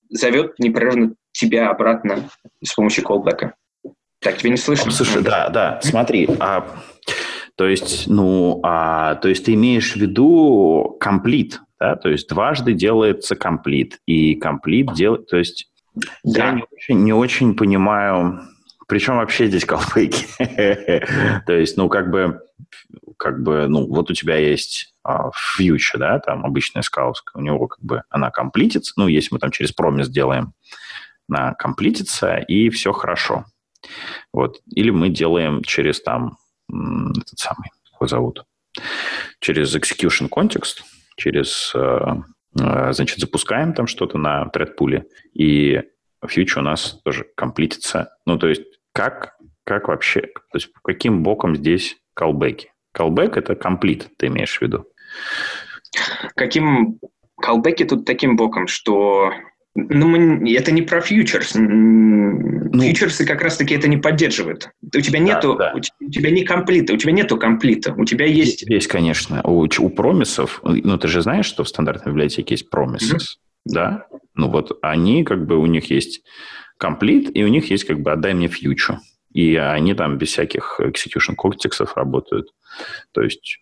зовет непрерывно тебя обратно с помощью callback. Так, тебя не слышно? Слушай, да, смотри, то есть ты имеешь в виду complete, да, то есть дважды делается complete, и complete делает, то есть я не очень понимаю, при чем вообще здесь callback? То есть, вот у тебя есть future, да, там обычная скаловская, у него она комплитится, если мы там через промис делаем, она комплитится, и все хорошо. Вот. Или мы делаем через этот самый, его зовут, через execution context, через, запускаем там что-то на thread-пуле, и future у нас тоже комплитится. То есть, как вообще, то есть, каким боком здесь callback'и? Callback – это complete, ты имеешь в виду? Каким callback'и тут таким боком, что... это не про фьючерс. Фьючерсы как раз-таки это не поддерживают. У тебя нету, у тебя не комплита, у тебя нету комплита, у тебя есть... Есть, конечно. У промисов, ты же знаешь, что в стандартной библиотеке есть promises, да? Они у них есть комплит, и у них есть отдай мне future. И они там без всяких execution контекстов работают. То есть...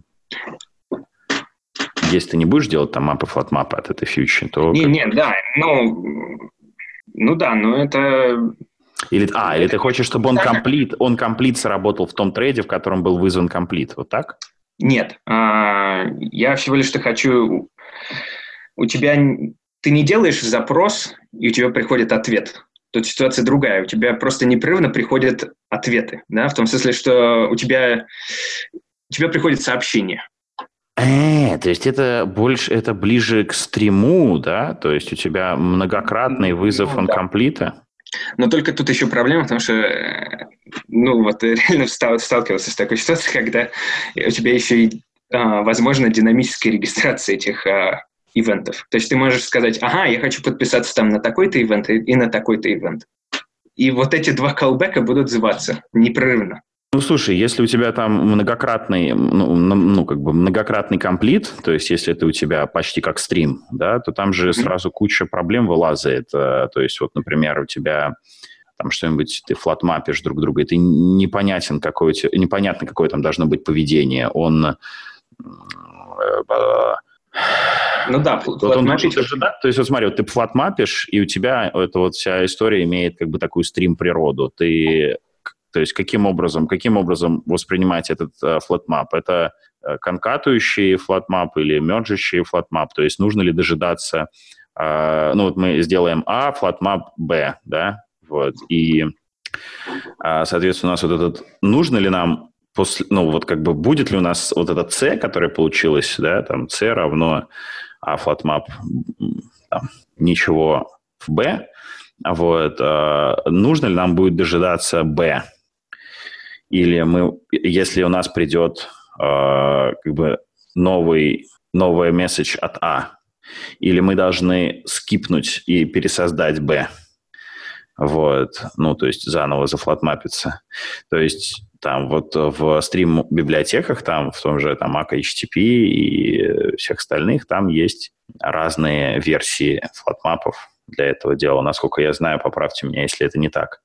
Если ты не будешь делать там мапы, флат-мапы от этой фьючи, то... это... Или ты хочешь, чтобы он комплит сработал в том трейде, в котором был вызван комплит, вот так? Нет. Я всего лишь хочу... Ты не делаешь запрос, и у тебя приходит ответ. Тут ситуация другая. У тебя просто непрерывно приходят ответы. Да? В том смысле, что у тебя приходит сообщение. То есть это ближе к стриму, да? То есть у тебя многократный вызов онкомплита? Но только тут еще проблема, потому что реально сталкивался с такой ситуацией, когда у тебя еще и возможна динамическая регистрация этих ивентов. То есть ты можешь сказать, я хочу подписаться там на такой-то ивент и на такой-то ивент. И вот эти два колбека будут зваться непрерывно. Слушай, если у тебя там многократный комплит, то есть если это у тебя почти как стрим, да, то там же сразу куча проблем вылазит. То есть например, у тебя там что-нибудь, ты флатмапишь друг друга, и ты непонятно, какое там должно быть поведение. Он... флатмапить... То есть, смотри, ты флатмапишь, и у тебя эта вся история имеет такую стрим-природу. То есть каким образом воспринимать этот флатмап? Это конкатующий флатмап или мерджащий флатмап? То есть нужно ли дожидаться... мы сделаем А, флатмап Б, да? И, соответственно, у нас нужно ли нам будет ли у нас этот С, которое получилось, да, там С равно А флатмап ничего в Б, нужно ли нам будет дожидаться Б? Или если у нас придет новый месседж от А, или мы должны скипнуть и пересоздать Б, то есть заново зафлатмапиться. То есть там в стрим-библиотеках, там в том же Akka HTTP и всех остальных, там есть разные версии флатмапов для этого дела. Насколько я знаю, поправьте меня, если это не так.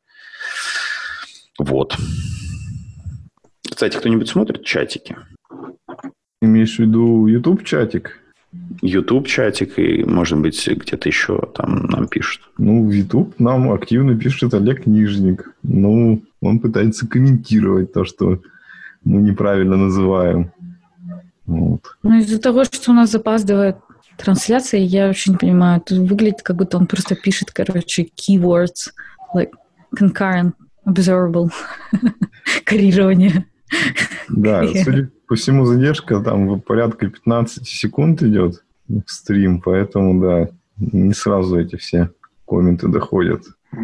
Кстати, кто-нибудь смотрит чатики? Имеешь в виду YouTube-чатик? YouTube-чатик и, может быть, где-то еще там нам пишут. В YouTube нам активно пишет Олег Нижник. Он пытается комментировать то, что мы неправильно называем. Из-за того, что у нас запаздывает трансляция, я вообще не понимаю. Это выглядит, как будто он просто пишет, keywords, like concurrent, observable, коррелирование. Да, судя по всему, задержка там порядка 15 секунд идет в стрим, поэтому, да, не сразу эти все комменты доходят.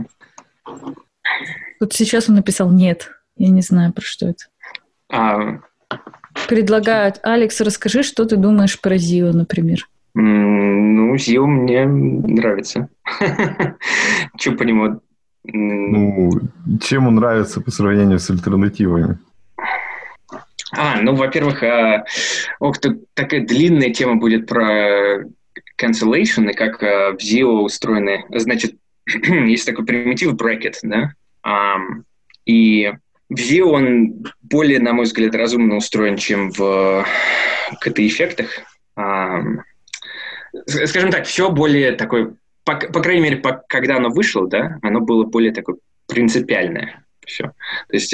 Вот сейчас он написал «нет». Я не знаю, про что это. Предлагают. Алекс, расскажи, что ты думаешь про Zio, например. Zio мне нравится. Что по нему? Чем он нравится по сравнению с альтернативами? Во-первых, тут такая длинная тема будет про cancellation и как в Zio устроены. Значит, есть такой примитив bracket, да? И в Zio он более, на мой взгляд, разумно устроен, чем в KT-эффектах. Скажем так, все более такое, по крайней мере, когда оно вышло, да, оно было более такое принципиальное. Все. То есть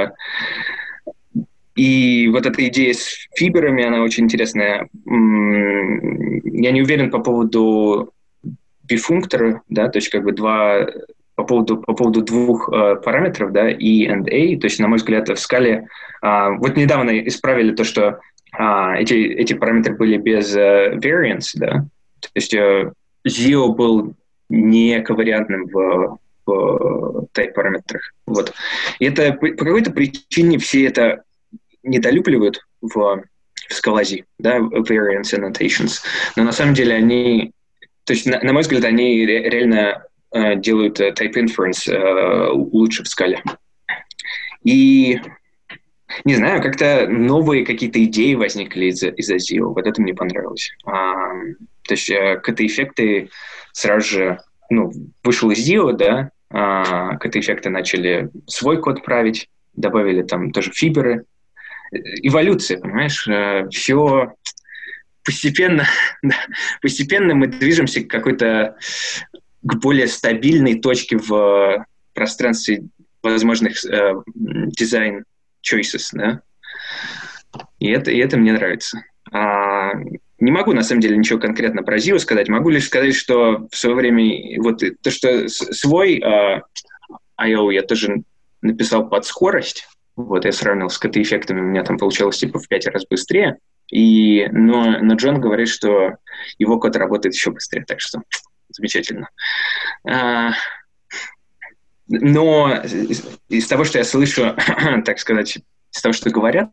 и вот эта идея с фибрами, она очень интересная. Я не уверен по поводу бифунктора, да, то есть как бы по поводу двух параметров, да, E and A, то есть, на мой взгляд, в скале вот недавно исправили то, что эти параметры были без variance, да, то есть Zio был не ковариантным в type-параметрах, вот. И это по какой-то причине все это недолюбливают в скалази, да, variance annotations, но на самом деле они, то есть, на мой взгляд, они реально делают type inference лучше в скале. И не знаю, как-то новые какие-то идеи возникли из-за Zio. Вот это мне понравилось. То есть KT-эффекты сразу же, вышел из Zio, да, KT-эффекты начали свой код править, добавили там тоже фиберы. Эволюция, понимаешь? Все постепенно мы движемся к более стабильной точке в пространстве возможных дизайн choices, да? И это мне нравится. Не могу, на самом деле, ничего конкретно про Zio сказать. Могу лишь сказать, что в свое время вот то, что свой I.O. я тоже написал под скорость. Вот, я сравнил с KT-эффектами, у меня там получалось типа в 5 раз быстрее. Но Джон говорит, что его код работает еще быстрее, так что замечательно. Но из того, что я слышу, так сказать, из того, что говорят,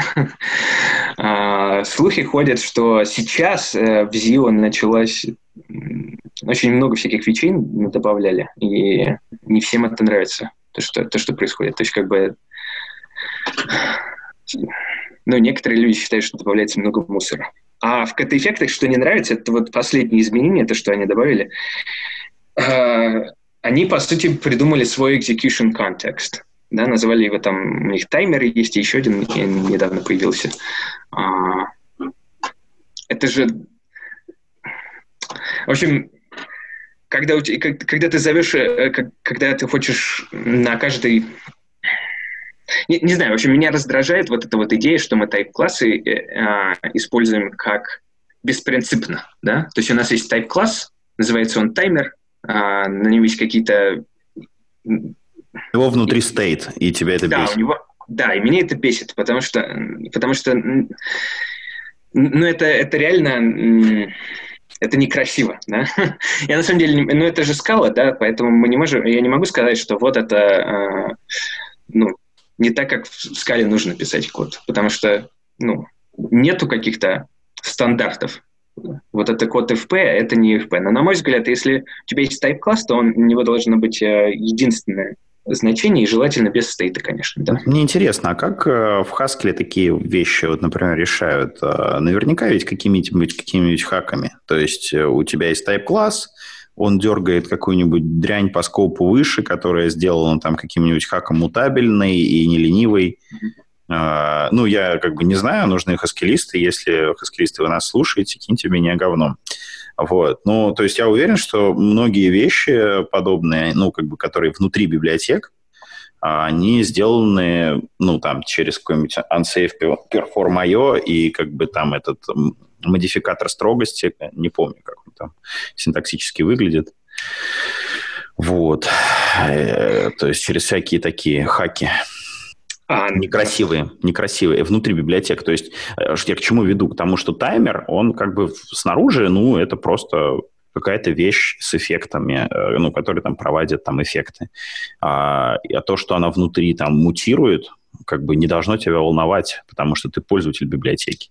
да, слухи ходят, что сейчас в Zio началось очень много всяких фичей добавляли, и не всем это нравится, то, что происходит. То есть, как бы, некоторые люди считают, что добавляется много мусора. А в KT-эффектах, что не нравится, это вот последние изменения, то, что они добавили, они, по сути, придумали свой execution context. Да, назвали его там, у них таймеры есть, и еще один недавно появился. Это же... В общем, когда ты зовешь, когда ты хочешь на каждый... Не знаю, в общем, меня раздражает вот эта вот идея, что мы type-классы используем как беспринципно, да? То есть у нас есть type-класс, называется он таймер, на нем есть какие-то... Его внутри state, и тебя это бесит. Да, и меня это бесит, потому что это реально... Это некрасиво, да? Я на самом деле... это же скала, да, поэтому я не могу сказать, что вот это... не так, как в скале нужно писать код, потому что, нету каких-то стандартов. Вот это код FP, а это не FP. Но, на мой взгляд, если у тебя есть type-класс, то у него должно быть единственное значение, и желательно без стейта, конечно. Да. Мне интересно, а как в Haskell такие вещи, вот, например, решают? Наверняка ведь какими-нибудь хаками. То есть у тебя есть type-класс, он дергает какую-нибудь дрянь по скопу выше, которая сделана там каким-нибудь хаком мутабельной и не ленивой. Я как бы не знаю, нужны хаскелисты. Если хаскелисты вы нас слушаете, киньте меня говном. Вот. То есть я уверен, что многие вещи подобные, которые внутри библиотек, они сделаны, через какой-нибудь unsafe perform.io и как бы там этот модификатор строгости, не помню, как он там синтаксически выглядит. Вот. То есть через всякие такие хаки. Некрасивые внутри библиотек. То есть я к чему веду? К тому, что таймер, он как бы снаружи, это просто какая-то вещь с эффектами, которые там проводят там эффекты. А то, что она внутри там мутирует, как бы не должно тебя волновать, потому что ты пользователь библиотеки.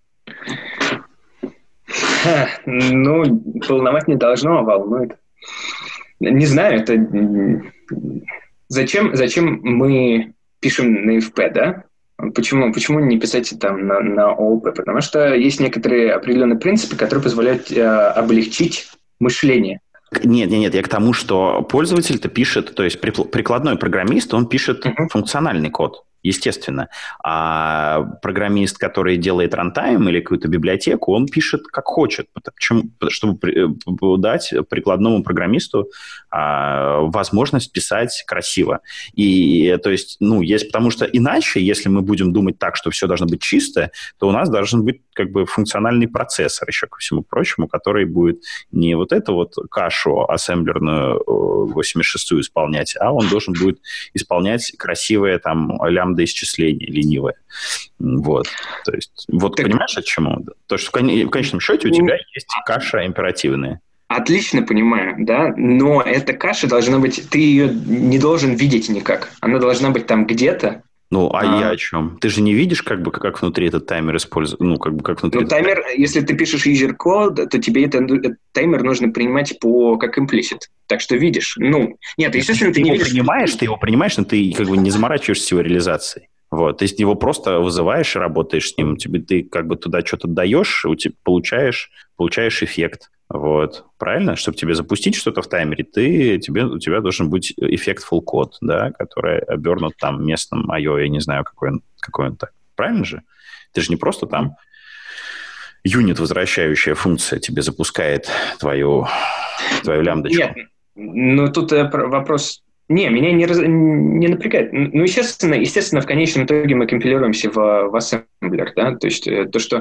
Волновать не должно, а волнует. Не знаю, это... Зачем мы... пишем на FP, да? Почему не писать там на ООП? Потому что есть некоторые определенные принципы, которые позволяют облегчить мышление. Нет, я к тому, что пользователь-то пишет, то есть прикладной программист, он пишет функциональный код, естественно. А программист, который делает рантайм или какую-то библиотеку, он пишет как хочет. Почему? Чтобы дать прикладному программисту возможность писать красиво. И, то есть, потому что иначе, если мы будем думать так, что все должно быть чисто, то у нас должен быть как бы функциональный процессор еще ко всему прочему, который будет не вот эту вот кашу ассемблерную 86-ю исполнять, а он должен будет исполнять красивые там лямбда-исчисления, ленивые. Вот. То есть, вот понимаешь, от чему? То, что в конечном счете у тебя есть каша императивная. Отлично понимаю, да, но эта каша должна быть, ты ее не должен видеть никак. Она должна быть там где-то. Я о чем? Ты же не видишь, как внутри этот таймер используется, как внутри. Таймер, если ты пишешь user code, то тебе этот таймер нужно принимать как implicit. Так что видишь. Нет, естественно, ты не видишь. Ты его принимаешь, но ты как бы не заморачиваешься с его реализацией. Вот, ты его просто вызываешь и работаешь с ним. Ты как бы туда что-то даешь, получаешь эффект. Вот, правильно? Чтобы тебе запустить что-то в таймере, у тебя должен быть эффект full code, да, который обернут там местным I/O, я не знаю, какой он так. Правильно же? Ты же не просто там юнит, возвращающая функция тебе запускает твою лямбдочку. Нет, тут вопрос... меня не напрягает. Естественно, в конечном итоге мы компилируемся в ассемблер, да, то есть то, что...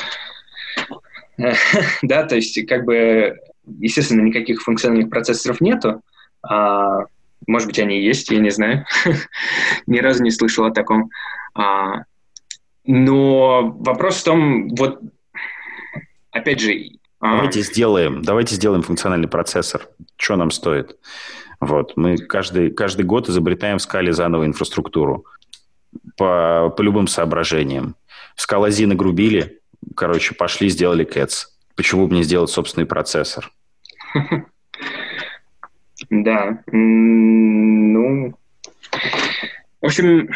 Да, то есть, как бы, естественно, никаких функциональных процессоров нету. Может быть, они есть, я не знаю. Ни разу не слышал о таком. Но вопрос в том, вот, опять же... Давайте сделаем функциональный процессор. Что нам стоит? Вот, мы каждый год изобретаем в скале заново инфраструктуру. По любым соображениям. Скалази нагрубили. Короче, пошли, сделали Cats. Почему бы не сделать собственный процессор? Да. В общем...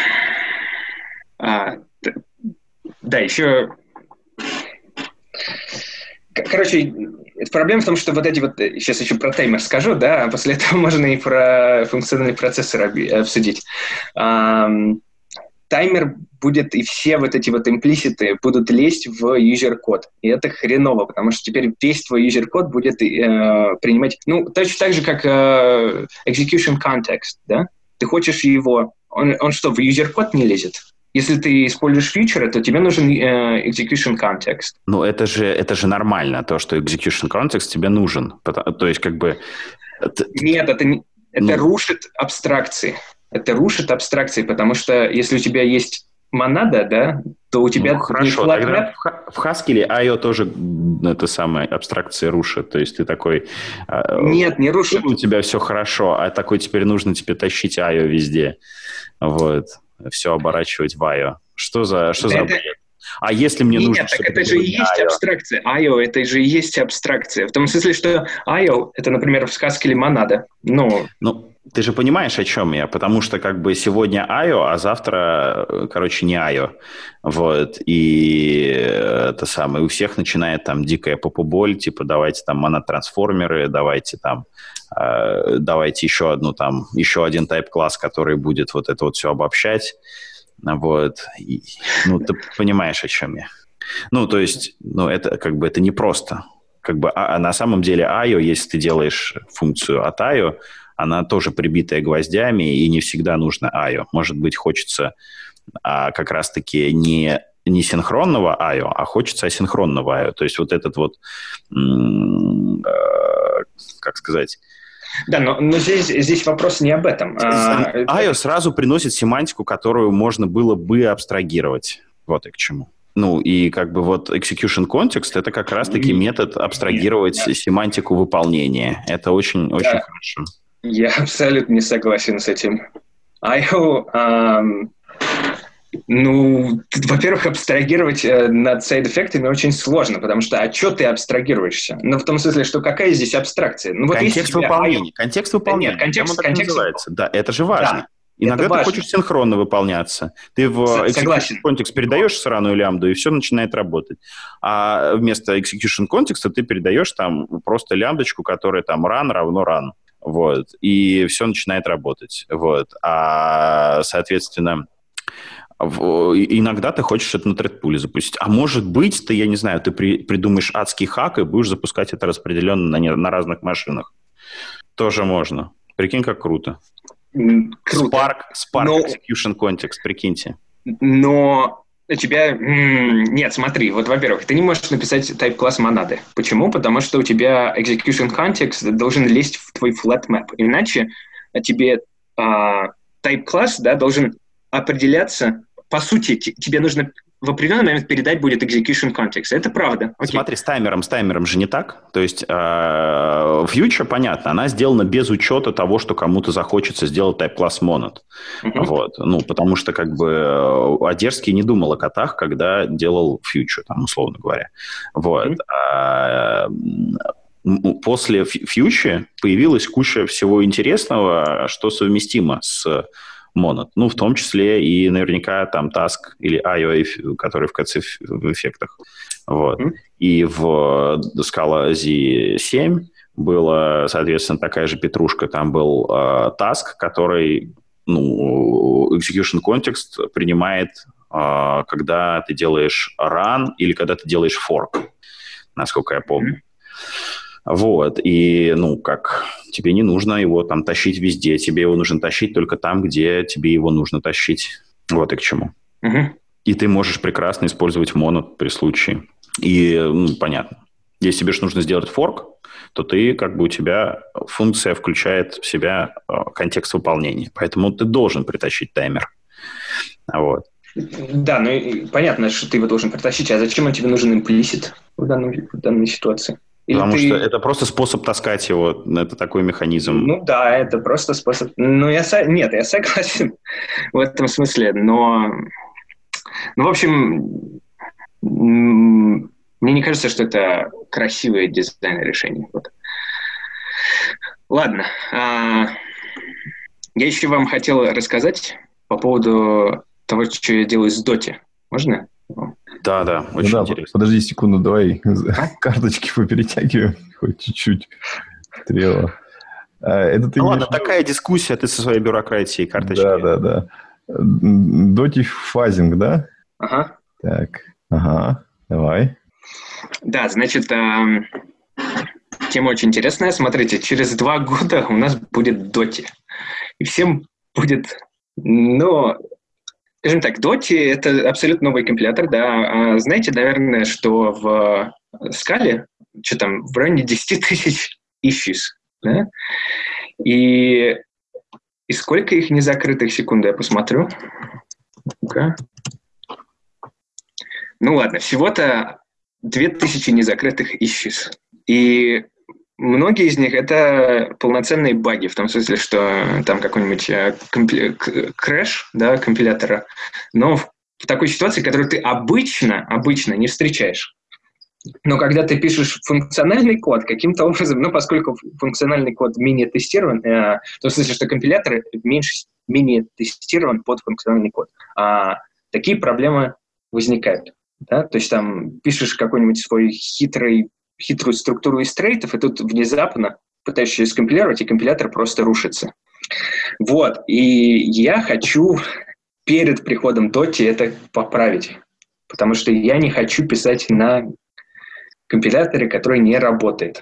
Да, еще... Короче, проблема в том, что вот эти вот... Сейчас еще про таймер скажу, да, а после этого можно и про функциональный процессор обсудить. Таймер будет, и все вот эти вот имплиситы будут лезть в user-код. И это хреново, потому что теперь весь твой user-код будет принимать... точно так же, как execution context, да? Ты хочешь его... Он что, в user-код не лезет? Если ты используешь фьючеры, то тебе нужен execution context. Это же нормально, то, что execution context тебе нужен. То есть, как бы... Нет, это рушит абстракции. Это рушит абстракции, потому что если у тебя есть монада, да, то у тебя... Хорошо, тогда в Haskell I/O тоже это самое абстракции рушит. То есть ты такой... Нет, не рушит. У тебя все хорошо, а такой теперь нужно тебе тащить I/O везде. Вот. Все оборачивать в I/O. Что за бред? А если мне нужно... Нет, так это же и есть абстракция. I/O это же и есть абстракция. В том смысле, что I/O это, например, в Haskell монада. Ты же понимаешь, о чем я, потому что как бы сегодня I/O, а завтра, короче, не I/O. Вот, и это самое, у всех начинает там дикая попу-боль, типа давайте там монод-трансформеры, давайте еще один тайп-класс, который будет вот это вот все обобщать. Вот, ты понимаешь, о чем я. То есть, это как бы это непросто. Как бы, а на самом деле I/O, если ты делаешь функцию от I/O, она тоже прибитая гвоздями, и не всегда нужно I/O. Может быть, хочется как раз-таки не синхронного I/O, а хочется асинхронного I/O. То есть вот этот вот, как сказать... Да, но здесь вопрос не об этом. I/O сразу приносит семантику, которую можно было бы абстрагировать. Вот и к чему. И как бы вот execution context – это как раз-таки метод абстрагировать семантику выполнения. Это очень-очень хорошо. Я абсолютно не согласен с этим. I/O, во-первых, абстрагировать над сайд-эффектами очень сложно, потому что, что ты абстрагируешься? В том смысле, что какая здесь абстракция? Контекст выполнения. Контекст выполнения. Нет, контекст называется. Да, это же важно. Иногда ты хочешь синхронно выполняться. Ты в execution context передаешь сраную лямбду, и все начинает работать. А вместо execution context ты передаешь там просто лямбдочку, которая там run равно run. Вот. И все начинает работать. Вот. А, соответственно, иногда ты хочешь это на thread-пуле запустить. А может быть, ты, я не знаю, ты придумаешь адский хак и будешь запускать это распределенно на разных машинах. Тоже можно. Прикинь, как круто. Круто. Spark Execution Context, прикиньте. Но у тебя... Нет, смотри, вот, во-первых, ты не можешь написать type-класс монады. Почему? Потому что у тебя Execution Context должен лезть в твой flat map. Иначе тебе type-класс, да, должен определяться... По сути, тебе нужно в определенный момент передать будет execution context. Это правда. Окей. Смотри, с таймером же не так. То есть future, понятно, она сделана без учета того, что кому-то захочется сделать type-класс monad. Вот. Ну, потому что как бы Одерский не думал о котах, когда делал future, там, условно говоря. Вот. После future появилась куча всего интересного, что совместимо с Monad. Ну, в том числе и наверняка там Task или IO, который в конце в эффектах. Вот. И в Scala Z7 была, соответственно, такая же петрушка. Там был Task, который, ну, execution context принимает, когда ты делаешь run или когда ты делаешь fork, насколько я помню. Вот, и, ну, как, тебе не нужно его там тащить везде, тебе его нужно тащить только там, где тебе его нужно тащить. Вот и к чему. И ты можешь прекрасно использовать Monad при случае. И, ну, понятно. Если тебе же нужно сделать форк, то ты, как бы, у тебя функция включает в себя контекст выполнения. Поэтому ты должен притащить таймер. Вот. Да, ну, понятно, что ты его должен притащить. А зачем он тебе нужен имплисит в данной ситуации? Потому что это просто способ таскать его. Это такой механизм. Ну да, это просто способ. Ну, нет, я согласен в этом смысле. Но, ну, в общем, мне не кажется, что это красивое дизайн решение. Вот. Ладно. Я еще вам хотел рассказать по поводу того, что я делаю с Dota. Можно? Да, очень интересно. Подожди секунду, давай карточки поперетягиваем, хоть чуть-чуть. Трело. Ладно, такая дискуссия, ты со своей бюрократией карточки. Да. Доти фазинг, да? Ага. Так, давай. Да, значит, тема очень интересная. Смотрите, через 2 года у нас будет Доти. И всем будет, ну... Скажем так, Dota — это абсолютно новый компилятор, да. Знаете, наверное, что в Scala, что там, в районе 10 тысяч issues, да? И сколько их незакрытых, секунду, я посмотрю. Ну-ка. Ну ладно, всего-то 2000 незакрытых issues. И многие из них — это полноценные баги, в том смысле, что там какой-нибудь крэш, да, компилятора, но в такой ситуации, которую ты обычно не встречаешь. Но когда ты пишешь функциональный код, каким-то образом, ну, поскольку функциональный код менее тестирован, в том смысле, что компилятор менее тестирован под функциональный код, такие проблемы возникают. Да? То есть там пишешь какой-нибудь свой хитрую структуру из стрейтов, и тут внезапно пытаешься скомпилировать, и компилятор просто рушится. Вот. И я хочу перед приходом Dota это поправить. Потому что я не хочу писать на компиляторе, который не работает.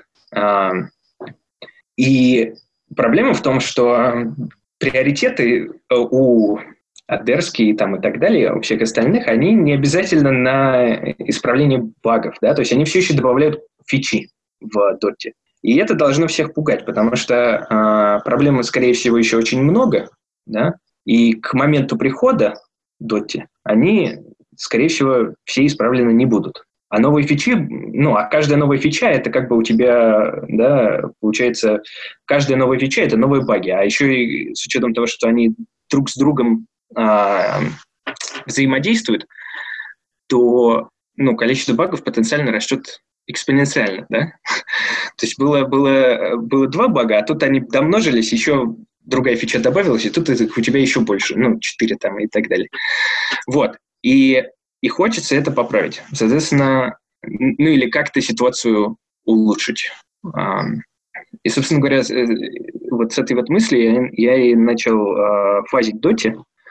И проблема в том, что приоритеты у Одерский там и так далее, у всех остальных, они не обязательно на исправление багов, да, то есть они все еще добавляют фичи в Dota. И это должно всех пугать, потому что проблем, скорее всего, еще очень много, да, и к моменту прихода Dota они, скорее всего, все исправлены не будут. А новые фичи, а каждая новая фича, это как бы у тебя, да, получается, каждая новая фича — это новые баги, а еще и с учетом того, что они друг с другом взаимодействуют, то количество багов потенциально растет экспоненциально, да? То есть было 2 бага, а тут они домножились еще другая фича добавилась, и тут у тебя еще больше, 4 там и так далее. Вот. И хочется это поправить. Соответственно, или как-то ситуацию улучшить. И, собственно говоря, вот с этой вот мысли я и начал фазить доте.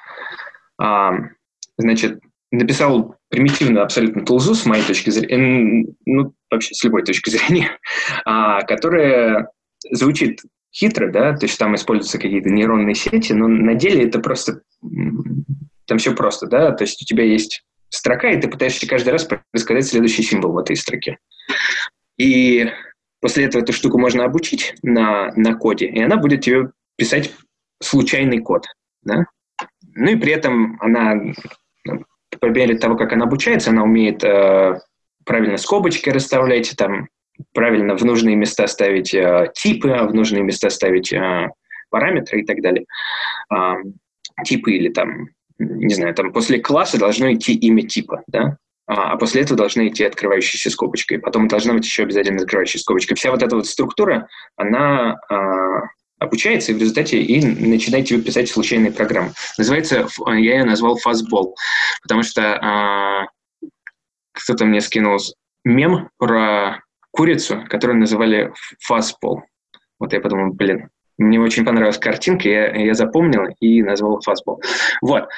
Значит, написал примитивную абсолютно тулзу с моей точки зрения, вообще с любой точки зрения, которая звучит хитро, да, то есть там используются какие-то нейронные сети, но на деле это просто, там все просто, да, то есть у тебя есть строка, и ты пытаешься каждый раз предсказать следующий символ в этой строке. И после этого эту штуку можно обучить на коде, и она будет тебе писать случайный код, да. Ну и при этом она, по мере того, как она обучается, она умеет правильно скобочки расставлять, там, правильно в нужные места ставить типы, в нужные места ставить параметры и так далее. Типы или там, не знаю, там после класса должно идти имя типа, да? А после этого должны идти открывающиеся скобочки. И потом должна быть еще обязательно закрывающая скобочка. Вся вот эта вот структура, она обучается, и в результате и начинает тебе писать случайные программы. Называется, я ее назвал Fuzzball, потому что кто-то мне скинул мем про курицу, которую называли Fuzzball. Вот я подумал, мне очень понравилась картинка, я запомнил и назвал Fuzzball. Вот.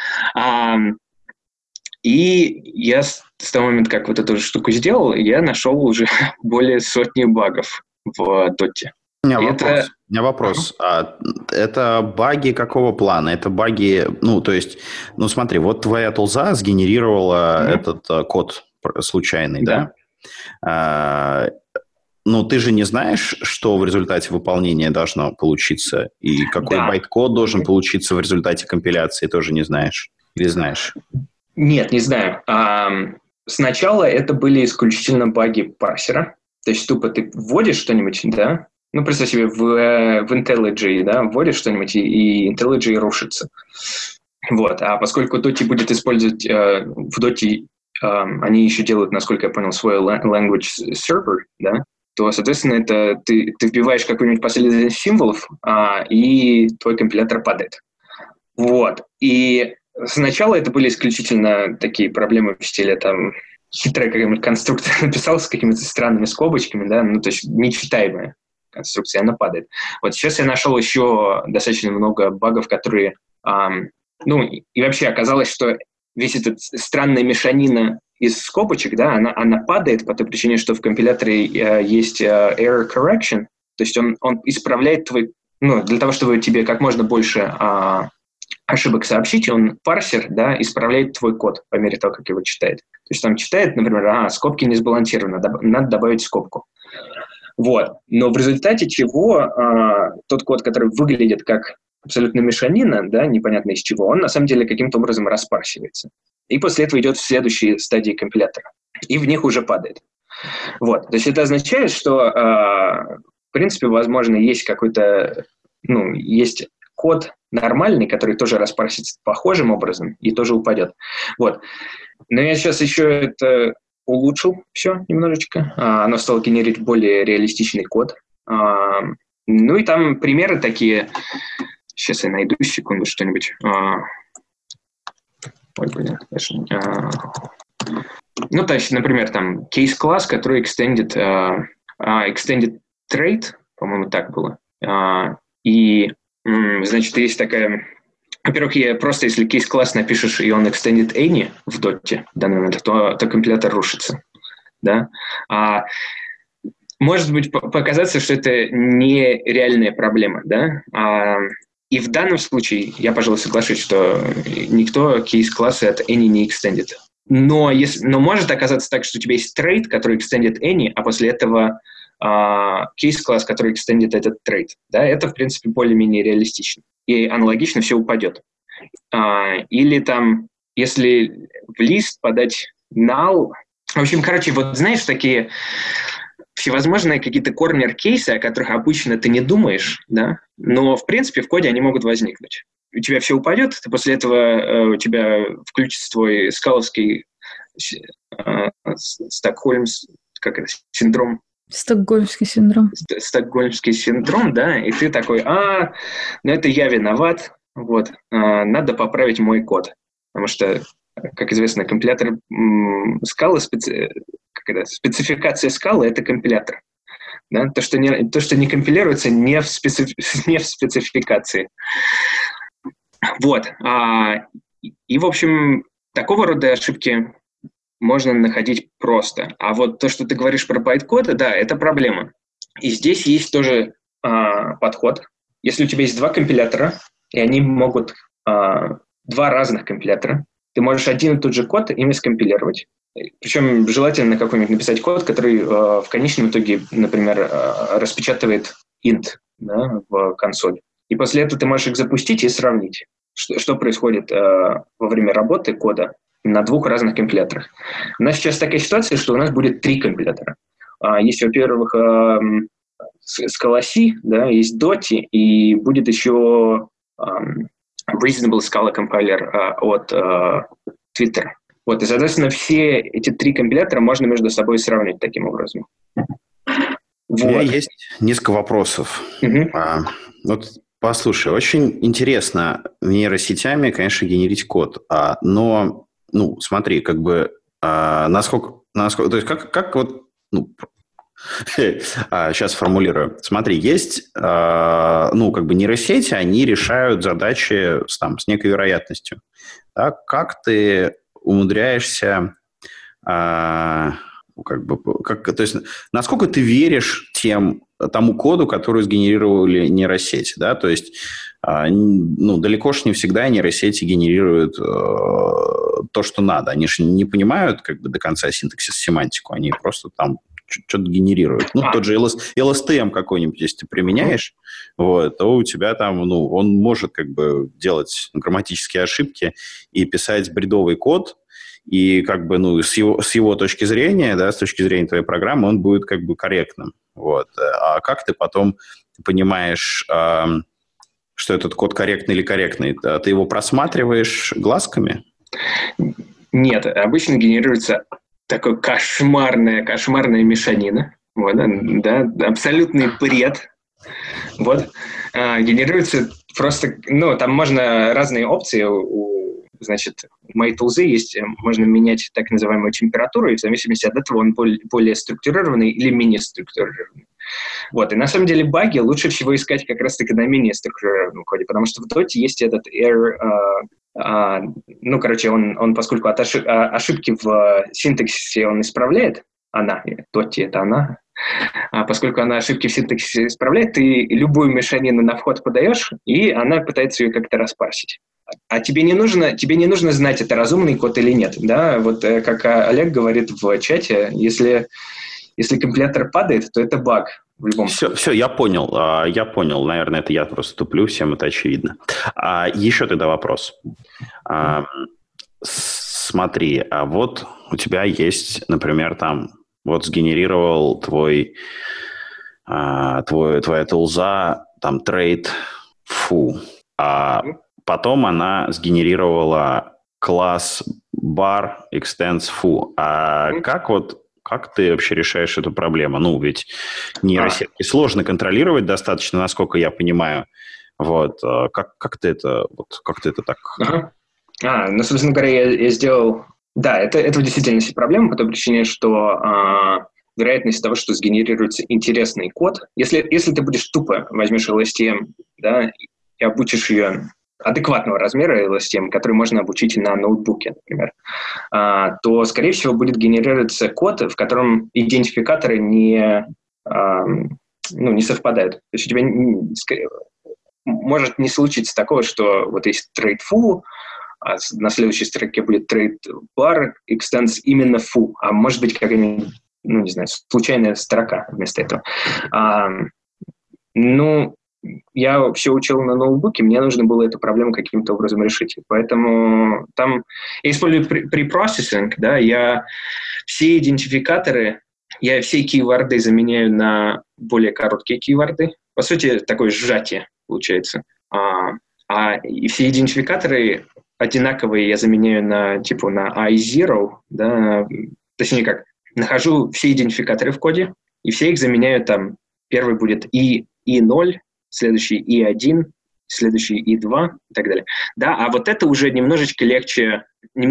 И я с того момента, как вот эту штуку сделал, я нашел уже более сотни багов в доте. У меня вопрос. Это баги какого плана? Это баги, смотри, вот твоя тулза сгенерировала этот код случайный, да? Ты же не знаешь, что в результате выполнения должно получиться, и какой байт-код должен получиться в результате компиляции, тоже не знаешь? Или знаешь? Нет, не знаю. Сначала это были исключительно баги парсера. То есть тупо ты вводишь что-нибудь, да? Представь себе, в IntelliJ, да, вводишь что-нибудь, и IntelliJ рушится. Вот. А поскольку Dotty будет использовать... в Dotty они еще делают, насколько я понял, свой language server, да, то, соответственно, это ты вбиваешь какую-нибудь последовательность символов, и твой компилятор падает. Вот. И сначала это были исключительно такие проблемы в стиле, там, хитрая какая-нибудь конструкция написал с какими-то странными скобочками, да, то есть нечитаемая конструкция, она падает. Вот сейчас я нашел еще достаточно много багов, которые... и вообще оказалось, что весь этот странная мешанина из скобочек, да, она падает по той причине, что в компиляторе есть error correction, то есть он исправляет твой... для того, чтобы тебе как можно больше ошибок сообщить, он парсер, да, исправляет твой код по мере того, как его читает. То есть там читает, например, скобки не сбалансированы, надо добавить скобку. Вот. Но в результате чего тот код, который выглядит как абсолютно мешанина, да, непонятно из чего, он на самом деле каким-то образом распарсивается. И после этого идет в следующие стадии компилятора. И в них уже падает. Вот. То есть это означает, что, в принципе, возможно, есть какой-то, есть код нормальный, который тоже распарсится похожим образом и тоже упадет. Вот. Но я сейчас еще это улучшил все немножечко. Оно стало генерить более реалистичный код. И там примеры такие... Сейчас я найду, секунду, что-нибудь. То есть, например, там case-класс, который extended trade, по-моему, так было. Значит, есть такая... Во-первых, если case-класс напишешь, и он extended any в доте в данный момент, то компилятор рушится. Да? Может быть, показаться, что это не реальная проблема, да? И в данном случае я, пожалуй, соглашусь, что никто кейс-классы от any не extended. Но может оказаться так, что у тебя есть trade, который extended any, а после этого кейс-класс, который extended этот trade. Да? Это, в принципе, более-менее реалистично. И аналогично все упадет. Или там, если в лист подать null... В общем, вот знаешь, такие... всевозможные какие-то корнер-кейсы, о которых обычно ты не думаешь, да, но, в принципе, в коде они могут возникнуть. У тебя все упадет, ты после этого у тебя включится твой скаловский Стокгольм, синдром Стокгольмский синдром. Стокгольмский синдром, да, и ты такой, ну это я виноват, вот, надо поправить мой код. Потому что, как известно, компилятор скалы, спецификация скалы — это компилятор. Да? То, что не компилируется, не в спецификации. Вот. И, в общем, такого рода ошибки можно находить просто. А вот то, что ты говоришь про байт-коды, да, это проблема. И здесь есть тоже подход. Если у тебя есть два компилятора, и они могут... два разных компилятора, ты можешь один и тот же код ими скомпилировать. Причем желательно какой-нибудь написать код, который в конечном итоге, например, распечатывает int, да, в консоль. И после этого ты можешь их запустить и сравнить, что происходит во время работы кода на двух разных компиляторах. У нас сейчас такая ситуация, что у нас будет 3 компилятора. Есть, во-первых, Scala C, да, есть Dotty, и будет еще Reasonable Scala Compiler от Twitter. Вот, и, соответственно, все эти 3 компилятора можно между собой сравнить таким образом. У меня есть несколько вопросов. Вот послушай, очень интересно нейросетями, конечно, генерить код, но, ну, смотри, как бы, насколько, то есть как вот, ну, сейчас формулирую. Смотри, есть, ну, как бы нейросети, они решают задачи с некой вероятностью. Да? Как ты умудряешься, то есть, насколько ты веришь тому коду, который сгенерировали нейросети, да? То есть, ну, далеко ж не всегда нейросети генерируют то, что надо. Они же не понимают как бы до конца синтаксис, семантику, они просто там что-то генерирует. Ну, тот же LSTM какой-нибудь, если ты применяешь, вот, то у тебя там, ну, он может как бы делать грамматические ошибки и писать бредовый код, и как бы, ну, с его точки зрения, да, с точки зрения твоей программы, он будет как бы корректным. Вот. А как ты потом понимаешь, что этот код корректный или корректный? Ты его просматриваешь глазками? Нет, обычно генерируется такой кошмарная мешанина, вот, да, абсолютный бред, вот, генерируется просто, ну, там можно разные опции, значит, у моей тулзы есть, можно менять так называемую температуру, и в зависимости от этого он более структурированный или менее структурированный. Вот, и на самом деле баги лучше всего искать как раз-таки на менее структурированном коде, потому что в Dotty есть этот error, ну, короче, он поскольку от ошибки в синтаксисе он исправляет, Dotty это она, поскольку она ошибки в синтаксисе исправляет, ты любую мешанину на вход подаешь, и она пытается ее как-то распарсить. А тебе не нужно знать, это разумный код или нет, да, вот как Олег говорит в чате, если компилятор падает, то это баг в любом случае. Все, я понял, наверное, это я просто туплю, всем это очевидно. Еще тогда вопрос. Смотри, вот у тебя есть, например, там, вот сгенерировал твоя тулза, там, трейд фу, потом она сгенерировала класс bar extends foo. Как ты вообще решаешь эту проблему? Ну, ведь нейросетки сложно контролировать достаточно, насколько я понимаю. Вот. Как ты это так... Ну, собственно говоря, я сделал... Да, это в действительности проблема по той причине, что вероятность того, что сгенерируется интересный код, если ты будешь тупо возьмешь LSTM, да, и обучишь ее адекватного размера LSTM, который можно обучить на ноутбуке, например, то, скорее всего, будет генерироваться код, в котором идентификаторы не совпадают. То есть у тебя может не случиться такого, что вот есть trade foo, а на следующей строке будет trade bar extends именно foo, а может быть какая-нибудь, ну, не знаю, случайная строка вместо этого. Я все учил на ноутбуке, мне нужно было эту проблему каким-то образом решить. Поэтому там я использую preprocessing, да, я все идентификаторы, я все кейворды заменяю на более короткие кейворды. По сути, такое сжатие получается. И все идентификаторы одинаковые я заменяю на I0, да, точнее как, нахожу все идентификаторы в коде, и все их заменяю там. Первый будет И0, следующий И1, следующий И2 и так далее. Да, а вот это уже немножечко легче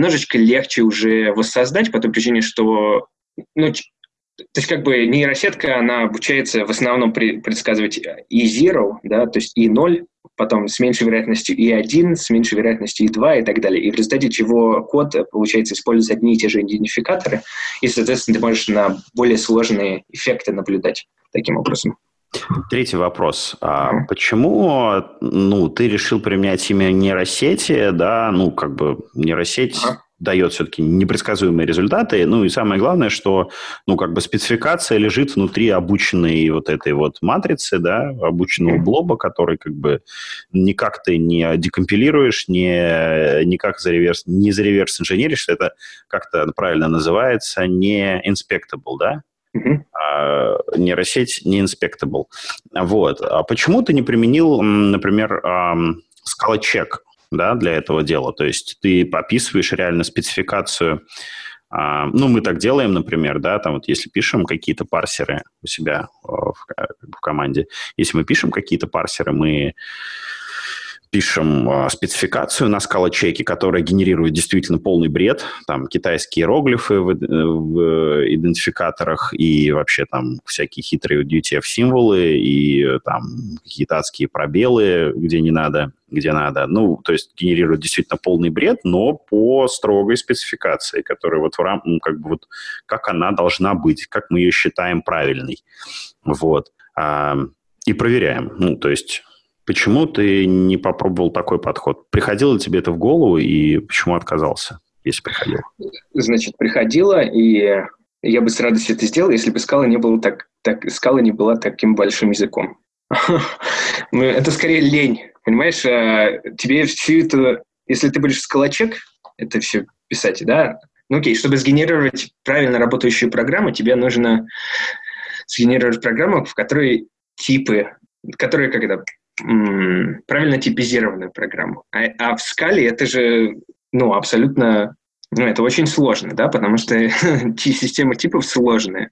уже воссоздать по той причине, что, ну, то есть как бы нейросетка, она обучается в основном предсказывать И0, да, то есть И0, потом с меньшей вероятностью И1, с меньшей вероятностью И2 и так далее. И в результате чего код, получается, использует одни и те же идентификаторы, и, соответственно, ты можешь на более сложные эффекты наблюдать таким образом. Третий вопрос. Почему, ты решил применять именно нейросети, да, как бы нейросеть дает все-таки непредсказуемые результаты, и самое главное, что, как бы спецификация лежит внутри обученной вот этой вот матрицы, да, обученного блоба, который как бы никак ты не декомпилируешь, никак не зареверс-инженеришь, это как-то правильно называется, не inspectable, да? Нейросеть не inspectable. Вот. А почему ты не применил, например, скала-чек, да, для этого дела? То есть ты описываешь реально спецификацию. Мы так делаем, например, да, там вот если пишем какие-то парсеры у себя в команде, если мы пишем какие-то парсеры, мы пишем спецификацию на скала-чеке, которая генерирует действительно полный бред, там китайские иероглифы в идентификаторах и вообще там всякие хитрые UTF-символы и там какие-то адские пробелы, где не надо, где надо. То есть генерирует действительно полный бред, но по строгой спецификации, которая вот в рамках, как бы вот как она должна быть, как мы ее считаем правильной. Вот. И проверяем. То есть почему ты не попробовал такой подход? Приходило ли тебе это в голову, и почему отказался, если приходило? Значит, приходило, и я бы с радостью это сделал, если бы скала не была таким большим языком. Это скорее лень, понимаешь? Тебе всю эту... Если ты будешь скала-чек, это все писать, да? Окей, чтобы сгенерировать правильно работающую программу, тебе нужно сгенерировать программу, в которой которые правильно типизированную программу. А в скале это же, абсолютно, это очень сложно, да, потому что система типов сложная.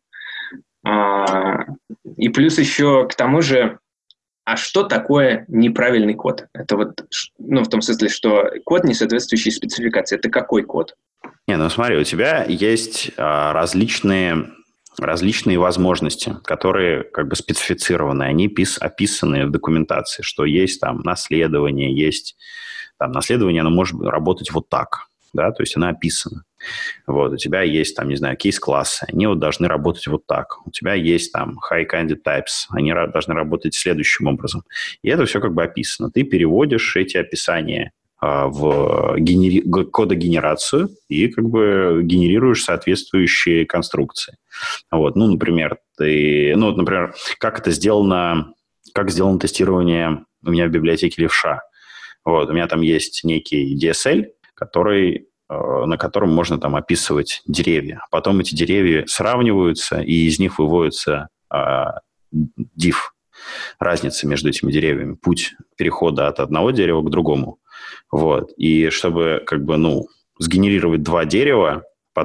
И плюс еще к тому же, что такое неправильный код? Это вот, в том смысле, что код, не соответствующий спецификации. Это какой код? Смотри, у тебя есть различные возможности, которые как бы специфицированы, они описаны в документации, что есть там наследование, оно может работать вот так, да, то есть она описана. Вот, у тебя есть там, не знаю, кейс-классы, они вот должны работать вот так. У тебя есть там high-candidate types, они должны работать следующим образом. И это все как бы описано. Ты переводишь эти описания в кодогенерацию и как бы генерируешь соответствующие конструкции. Вот. Например, как сделано тестирование у меня в библиотеке левша. Вот. У меня там есть некий DSL, на котором можно там описывать деревья. Потом эти деревья сравниваются, и из них выводится diff, разница между этими деревьями, путь перехода от одного дерева к другому. Вот. И чтобы сгенерировать два дерева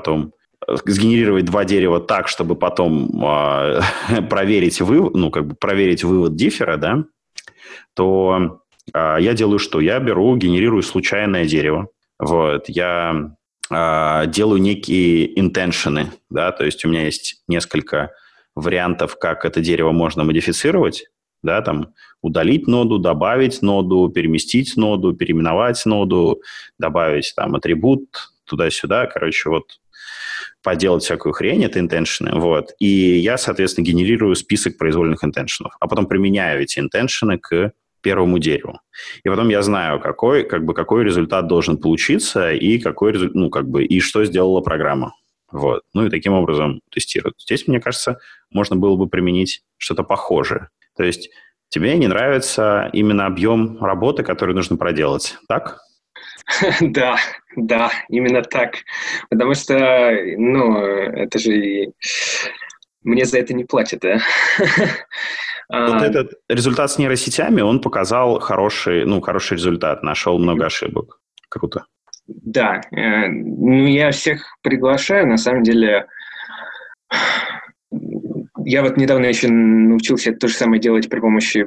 так, чтобы потом проверить вывод диффера, да, то я делаю что? Я генерирую случайное дерево. Вот. Я делаю некие интеншены, да, то есть у меня есть несколько вариантов, как это дерево можно модифицировать, да, там удалить ноду, добавить ноду, переместить ноду, переименовать ноду, добавить там атрибут туда-сюда, поделать всякую хрень, это интеншены, вот. И я, соответственно, генерирую список произвольных интеншенов, а потом применяю эти интеншены к первому дереву. И потом я знаю, какой результат должен получиться и и что сделала программа. Вот. И таким образом тестируют. Здесь, мне кажется, можно было бы применить что-то похожее. То есть тебе не нравится именно объем работы, который нужно проделать, так? Да, именно так. Потому что, это же мне за это не платят, да? Вот этот результат с нейросетями, он показал хороший результат, нашел много ошибок. Круто. Да, я всех приглашаю, на самом деле, я вот недавно еще научился то же самое делать при помощи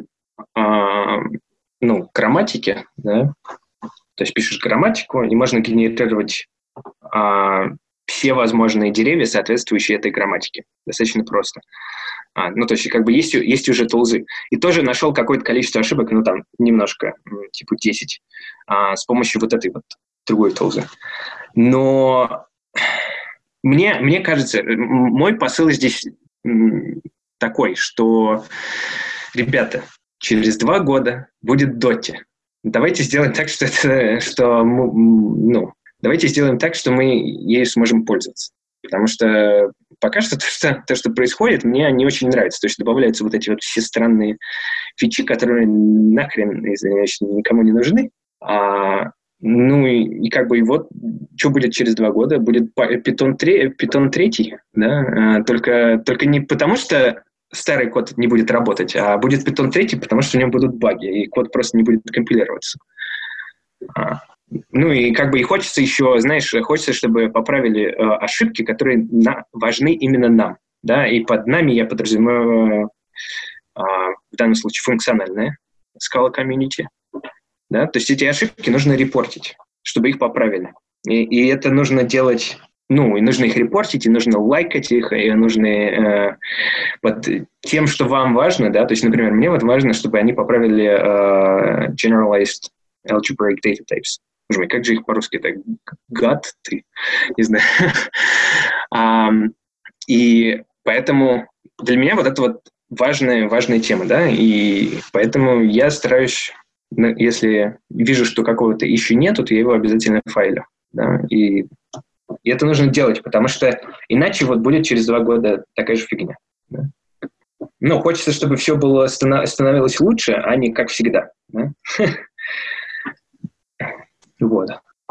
грамматики, да, то есть пишешь грамматику, и можно генерировать все возможные деревья, соответствующие этой грамматике. Достаточно просто. То есть как бы есть уже тулзы. И тоже нашел какое-то количество ошибок, там немножко, типа 10, с помощью вот этой вот другой тулзы. Но мне кажется, мой посыл здесь такой, что, ребята, через 2 года будет Dotty. Давайте сделаем так, давайте сделаем так, что мы ею сможем пользоваться. Потому что пока что то, что происходит, мне не очень нравится. То есть добавляются вот эти вот все странные фичи, которые нахрен, извиняюсь, никому не нужны. И как бы вот, что будет через 2 года? Будет Python 3, да? Только не потому, что старый код не будет работать, а будет Python 3, потому что в нем будут баги, и код просто не будет компилироваться. И как бы и хочется еще, хочется, чтобы поправили ошибки, которые важны именно нам. Да? И под нами я подразумеваю в данном случае функциональная Scala Community. Да? То есть эти ошибки нужно репортить, чтобы их поправили. И это нужно делать... и нужно их репортить, и нужно лайкать их, и нужно под тем, что вам важно, да, то есть, например, мне вот важно, чтобы они поправили generalized algebraic data types. Боже мой, как же их по-русски так? Ты? Не знаю. И поэтому для меня вот это вот важная тема, да, и поэтому я стараюсь, если вижу, что какого-то issue нету, то я его обязательно файлю, да, и это нужно делать, потому что иначе вот будет через 2 года такая же фигня. Да? Хочется, чтобы все было становилось лучше, а не как всегда. Да? Вот.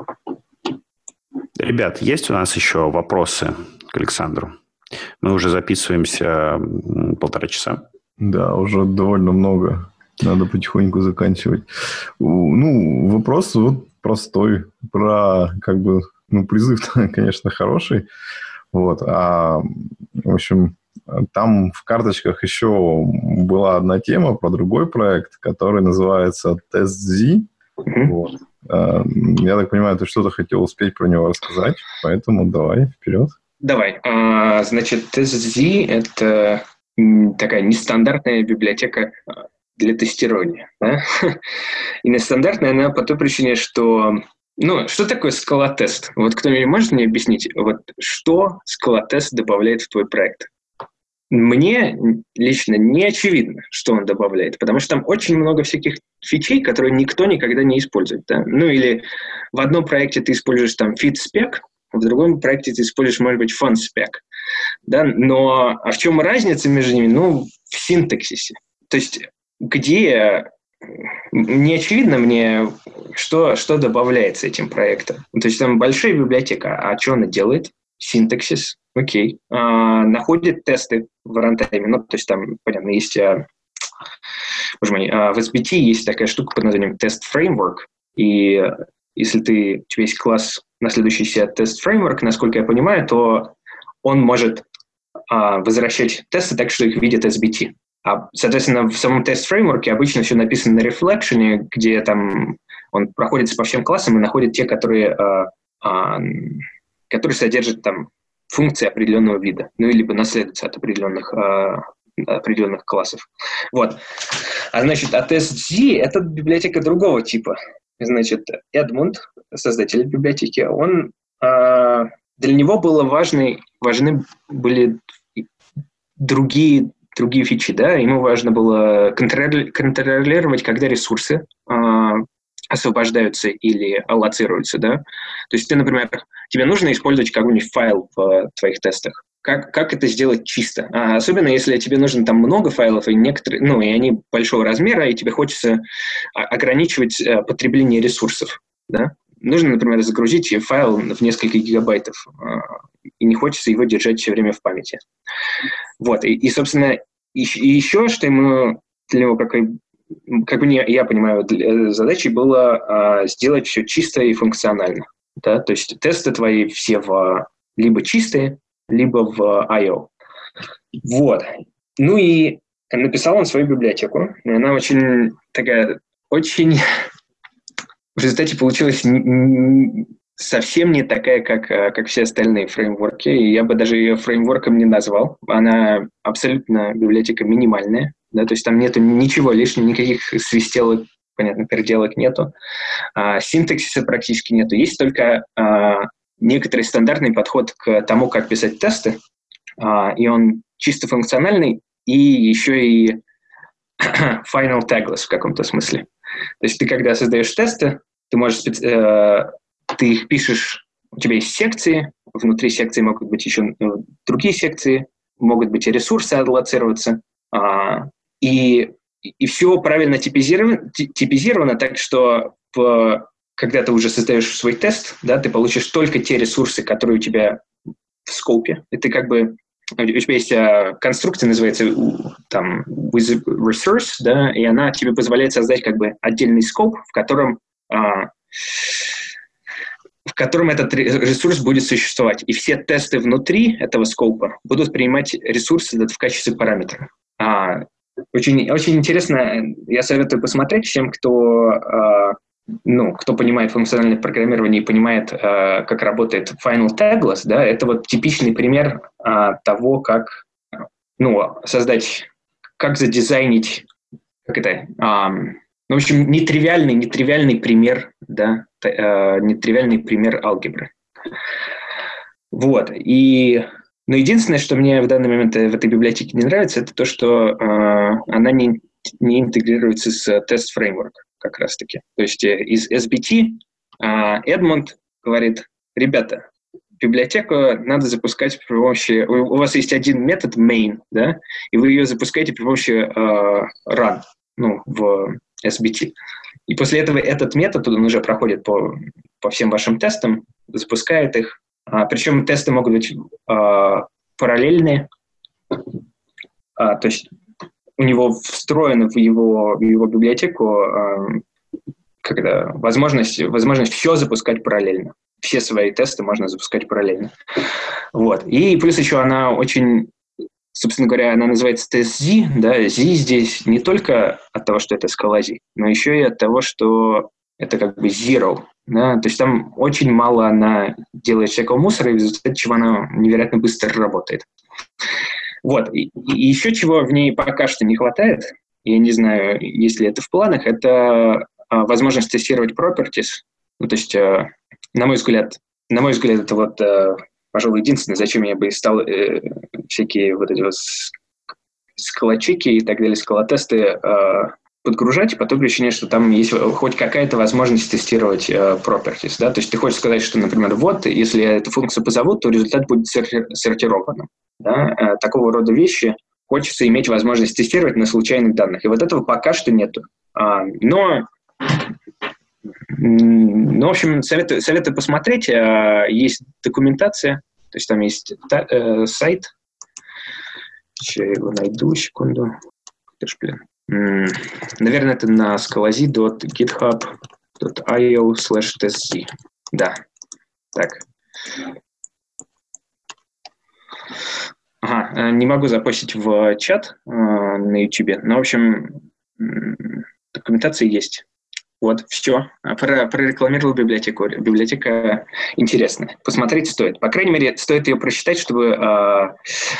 Ребят, есть у нас еще вопросы к Александру? Мы уже записываемся 1,5 часа. Да, уже довольно много. Надо потихоньку заканчивать. Вопрос вот простой. Про призыв, конечно, хороший. Вот. В общем, там в карточках еще была одна тема про другой проект, который называется TestZ. Вот. Я так понимаю, ты что-то хотел успеть про него рассказать, поэтому давай, вперед. Давай. Значит, TestZ — это такая нестандартная библиотека для тестирования. Да? И нестандартная она по той причине, что... что такое Scala-тест? Вот кто-нибудь может мне объяснить, вот что Scala-тест добавляет в твой проект? Мне лично не очевидно, что он добавляет, потому что там очень много всяких фичей, которые никто никогда не использует. Да? Или в одном проекте ты используешь там fit-spec, в другом проекте ты используешь, может быть, fun-spec. Да? Но в чем разница между ними? В синтаксисе. То есть где... Не очевидно мне, что добавляется этим проектом. То есть там большая библиотека, а что она делает? Синтаксис, окей. Находит тесты в рантайме. То есть там, понятно, есть... в SBT есть такая штука под названием Test Framework. И если у тебя есть класс, наследующийся Test Framework, насколько я понимаю, то он может возвращать тесты так, что их видит SBT. Соответственно, в самом тест-фреймворке обычно все написано на рефлекшене, где там он проходится по всем классам и находит те, которые содержат там функции определенного вида, либо наследуются от определенных классов. Вот. Значит, TestZ — это библиотека другого типа. Значит, Эдмунд, создатель библиотеки, для него важны были другие фичи, да, ему важно было контролировать, когда ресурсы освобождаются или аллоцируются, да. То есть например, тебе нужно использовать какой-нибудь файл в твоих тестах. Как это сделать чисто? Особенно если тебе нужно там много файлов, и некоторые, и они большого размера, и тебе хочется ограничивать потребление ресурсов, да. Нужно, например, загрузить файл в несколько гигабайтов, и не хочется его держать все время в памяти. Вот, и собственно, еще, что ему для него, я понимаю, задачей было сделать все чисто и функционально. Да? То есть тесты твои все либо чистые, либо в I.O. Вот. Ну и написал он свою библиотеку. И она очень такая, очень в результате получилась совсем не такая, как все остальные фреймворки. И я бы даже ее фреймворком не назвал. Она абсолютно библиотека минимальная. Да, то есть там нету ничего лишнего, никаких свистелок, понятно, переделок нету. Синтаксиса практически нету. Есть только некоторый стандартный подход к тому, как писать тесты. И он чисто функциональный, и еще и final tagless в каком-то смысле. То есть ты, когда создаешь тесты, ты можешь ты их пишешь, у тебя есть секции, внутри секции могут быть еще другие секции, могут быть и ресурсы аллоцироваться, и все правильно типизировано так, что когда ты уже создаешь свой тест, да, ты получишь только те ресурсы, которые у тебя в скопе. И ты как бы... У тебя есть конструкция, называется там with resource, да, и она тебе позволяет создать как бы отдельный скоп, в котором этот ресурс будет существовать. И все тесты внутри этого скопа будут принимать ресурсы в качестве параметров. Очень, очень интересно, я советую посмотреть всем, кто понимает функциональное программирование и понимает, как работает Final Tagless, да, это вот типичный пример того, как создать, как задизайнить, в общем, нетривиальный пример, да, нетривиальный пример алгебры. Вот, но единственное, что мне в данный момент в этой библиотеке не нравится, это то, что она не интегрируется с Test Framework как раз-таки. То есть из SBT Эдмонд говорит: ребята, библиотеку надо запускать при помощи... У вас есть один метод main, да, и вы ее запускаете при помощи run, в SBT. И после этого этот метод, он уже проходит по всем вашим тестам, запускает их. Причем тесты могут быть параллельные. То есть у него встроена в его библиотеку возможность все запускать параллельно. Все свои тесты можно запускать параллельно. Вот. И плюс еще она очень, собственно говоря, она называется тест Z. Да? Z здесь не только от того, что это скала Z, но еще и от того, что это как бы zero. Да? То есть там очень мало она делает всякого мусора, и в результате чего она невероятно быстро работает. Вот. И еще чего в ней пока что не хватает, я не знаю, есть ли это в планах, это возможность тестировать properties. То есть, на мой взгляд, это вот, пожалуй, единственное, зачем я бы стал всякие вот эти вот скалочики и так далее, скалотесты подгружать, по той причине, что там есть хоть какая-то возможность тестировать properties. Да? То есть ты хочешь сказать, что, например, вот, если я эту функцию позову, то результат будет сортированным. Да? Такого рода вещи хочется иметь возможность тестировать на случайных данных. И вот этого пока что нету. Но, в общем, советую посмотреть. Есть документация, то есть там есть сайт. Сейчас я его найду, секунду. Наверное, это на scalazi.github.io/testz. Да. Так. Ага, не могу запостить в чат на YouTube, но, в общем, документация есть. Вот, все. Прорекламировал библиотеку. Библиотека интересная. Посмотреть стоит. По крайней мере, стоит ее прочитать, чтобы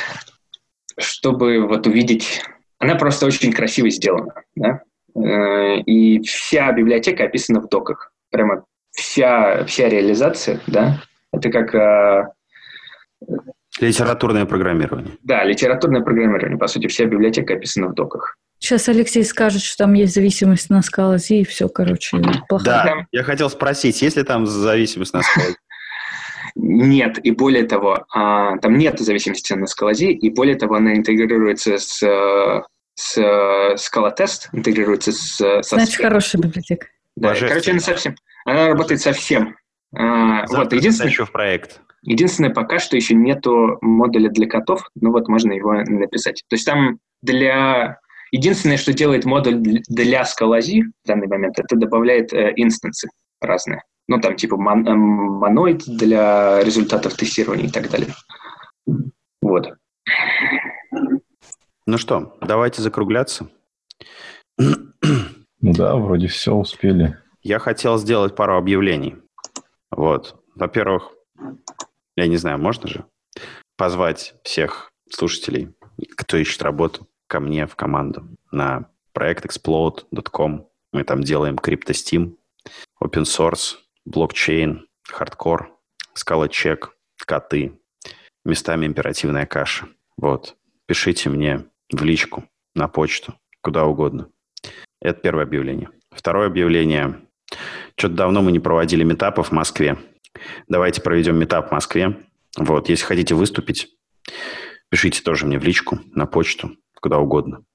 вот увидеть... Она просто очень красиво сделана. Да? И вся библиотека описана в доках. Прямо вся реализация, да, это как... Литературное программирование. Да, литературное программирование. По сути, вся библиотека описана в доках. Сейчас Алексей скажет, что там есть зависимость на Scala-Z, и все, короче, плохо. Да, я хотел спросить, есть ли там зависимость на Scala-Z? Нет, и более того, там нет зависимости на Scala-Z, и более того, она интегрируется с Scala-Test, интегрируется Значит, хорошая библиотека. Да, короче, она работает со всем. Вот, единственное, в проект. Единственное, пока что еще нету модуля для котов, но вот можно его написать. То есть там единственное, что делает модуль для Scala-Z в данный момент, это добавляет инстансы разные. Ну, там типа моноид для результатов тестирования и так далее. Вот. Ну что, давайте закругляться. Ну да, вроде все успели. Я хотел сделать пару объявлений. Вот. Во-первых, я не знаю, можно же позвать всех слушателей, кто ищет работу, ко мне в команду на проект explode.com. Мы там делаем CryptoSteam, open source, блокчейн, хардкор, скала-чек, коты, местами императивная каша. Вот. Пишите мне в личку, на почту, куда угодно. Это первое объявление. Второе объявление. Что-то давно мы не проводили митапы в Москве. Давайте проведем митап в Москве. Вот. Если хотите выступить, пишите тоже мне в личку, на почту, куда угодно.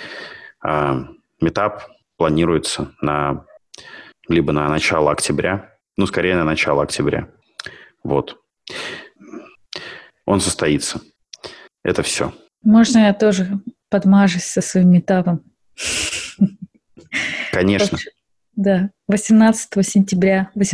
Митап планируется либо на начало октября, скорее на начало октября. Вот. Он состоится. Это все. Можно я тоже подмажусь со своим митапом? Конечно. Да, 18 сентября в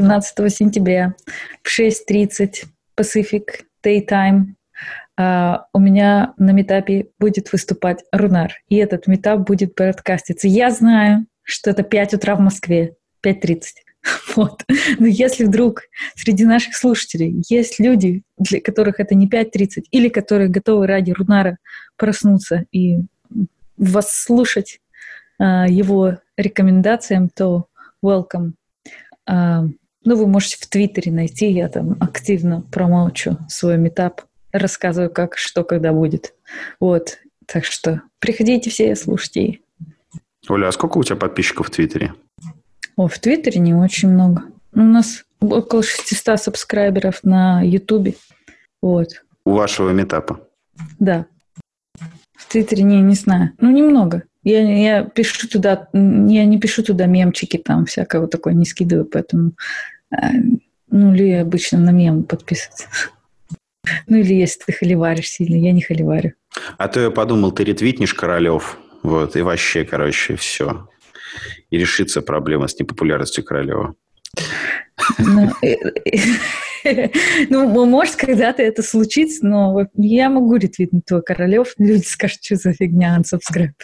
6:30 Pacific Daytime у меня на митапе будет выступать Рунар. И этот митап будет бродкаститься. Я знаю, что это 5 утра в Москве, 5:30. Вот. Но если вдруг среди наших слушателей есть люди, для которых это не 5:30, или которые готовы ради Рунара проснуться и вас слушать его рекомендациям, то welcome. Вы можете в Твиттере найти, я там активно промоучу свой митап, рассказываю, как, что, когда будет. Вот. Так что приходите все, слушайте. Оля, а сколько у тебя подписчиков в Твиттере? В Твиттере не очень много. У нас около 600 сабскрайберов на Ютубе. Вот. У вашего митапа? Да. В Твиттере не знаю. Немного. Я пишу туда, я не пишу туда мемчики, там всякого такое не скидываю, поэтому или обычно на мем подписываться. Или если ты холиваришь сильно, я не холиварю. А то я подумал, ты ретвитнешь Королев, вот, и вообще, все. И решится проблема с непопулярностью Королева. Может, когда-то это случится, но я могу ретвитнуть твой Королев. Люди скажут, что за фигня, unsubscribe.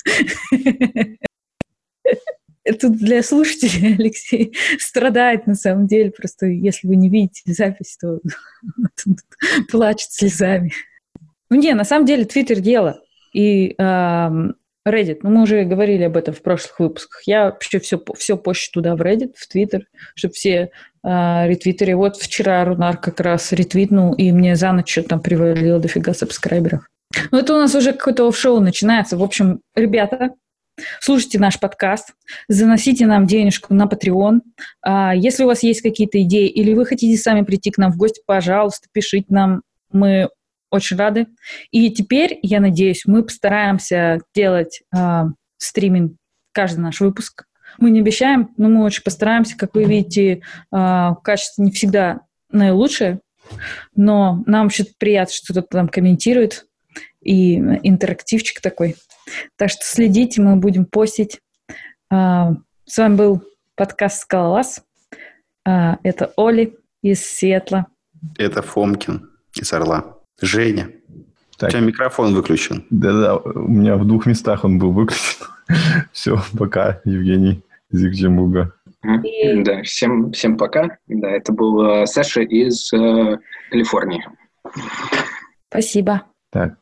Тут для слушателей Алексей страдает на самом деле. Просто если вы не видите запись, то плачет слезами. На самом деле Твиттер дело. И Reddit, мы уже говорили об этом в прошлых выпусках. Я вообще все пощу туда в Reddit, в Twitter, чтобы все ретвитеры. Вот вчера Рунар как раз ретвитнул, и мне за ночь что-то там привалило дофига сабскрайберов. Это у нас уже какое-то оффшоу начинается. В общем, ребята, слушайте наш подкаст, заносите нам денежку на Patreon. Если у вас есть какие-то идеи или вы хотите сами прийти к нам в гости, пожалуйста, пишите нам. Мы очень рады. И теперь, я надеюсь, мы постараемся делать стриминг каждый наш выпуск. Мы не обещаем, но мы очень постараемся. Как вы видите, качество не всегда наилучшее, но нам вообще приятно, что кто-то там комментирует, и интерактивчик такой. Так что следите, мы будем постить. С вами был подкаст «Скалолаз». Это Оли из Сиэтла. Это Фомкин из Орла. Женя, так. У тебя микрофон выключен. Да, у меня в 2 местах он был выключен. Все, пока, Евгений из Екатеринбурга. Да, всем пока. Да, это был Саша из Калифорнии. Спасибо. Так.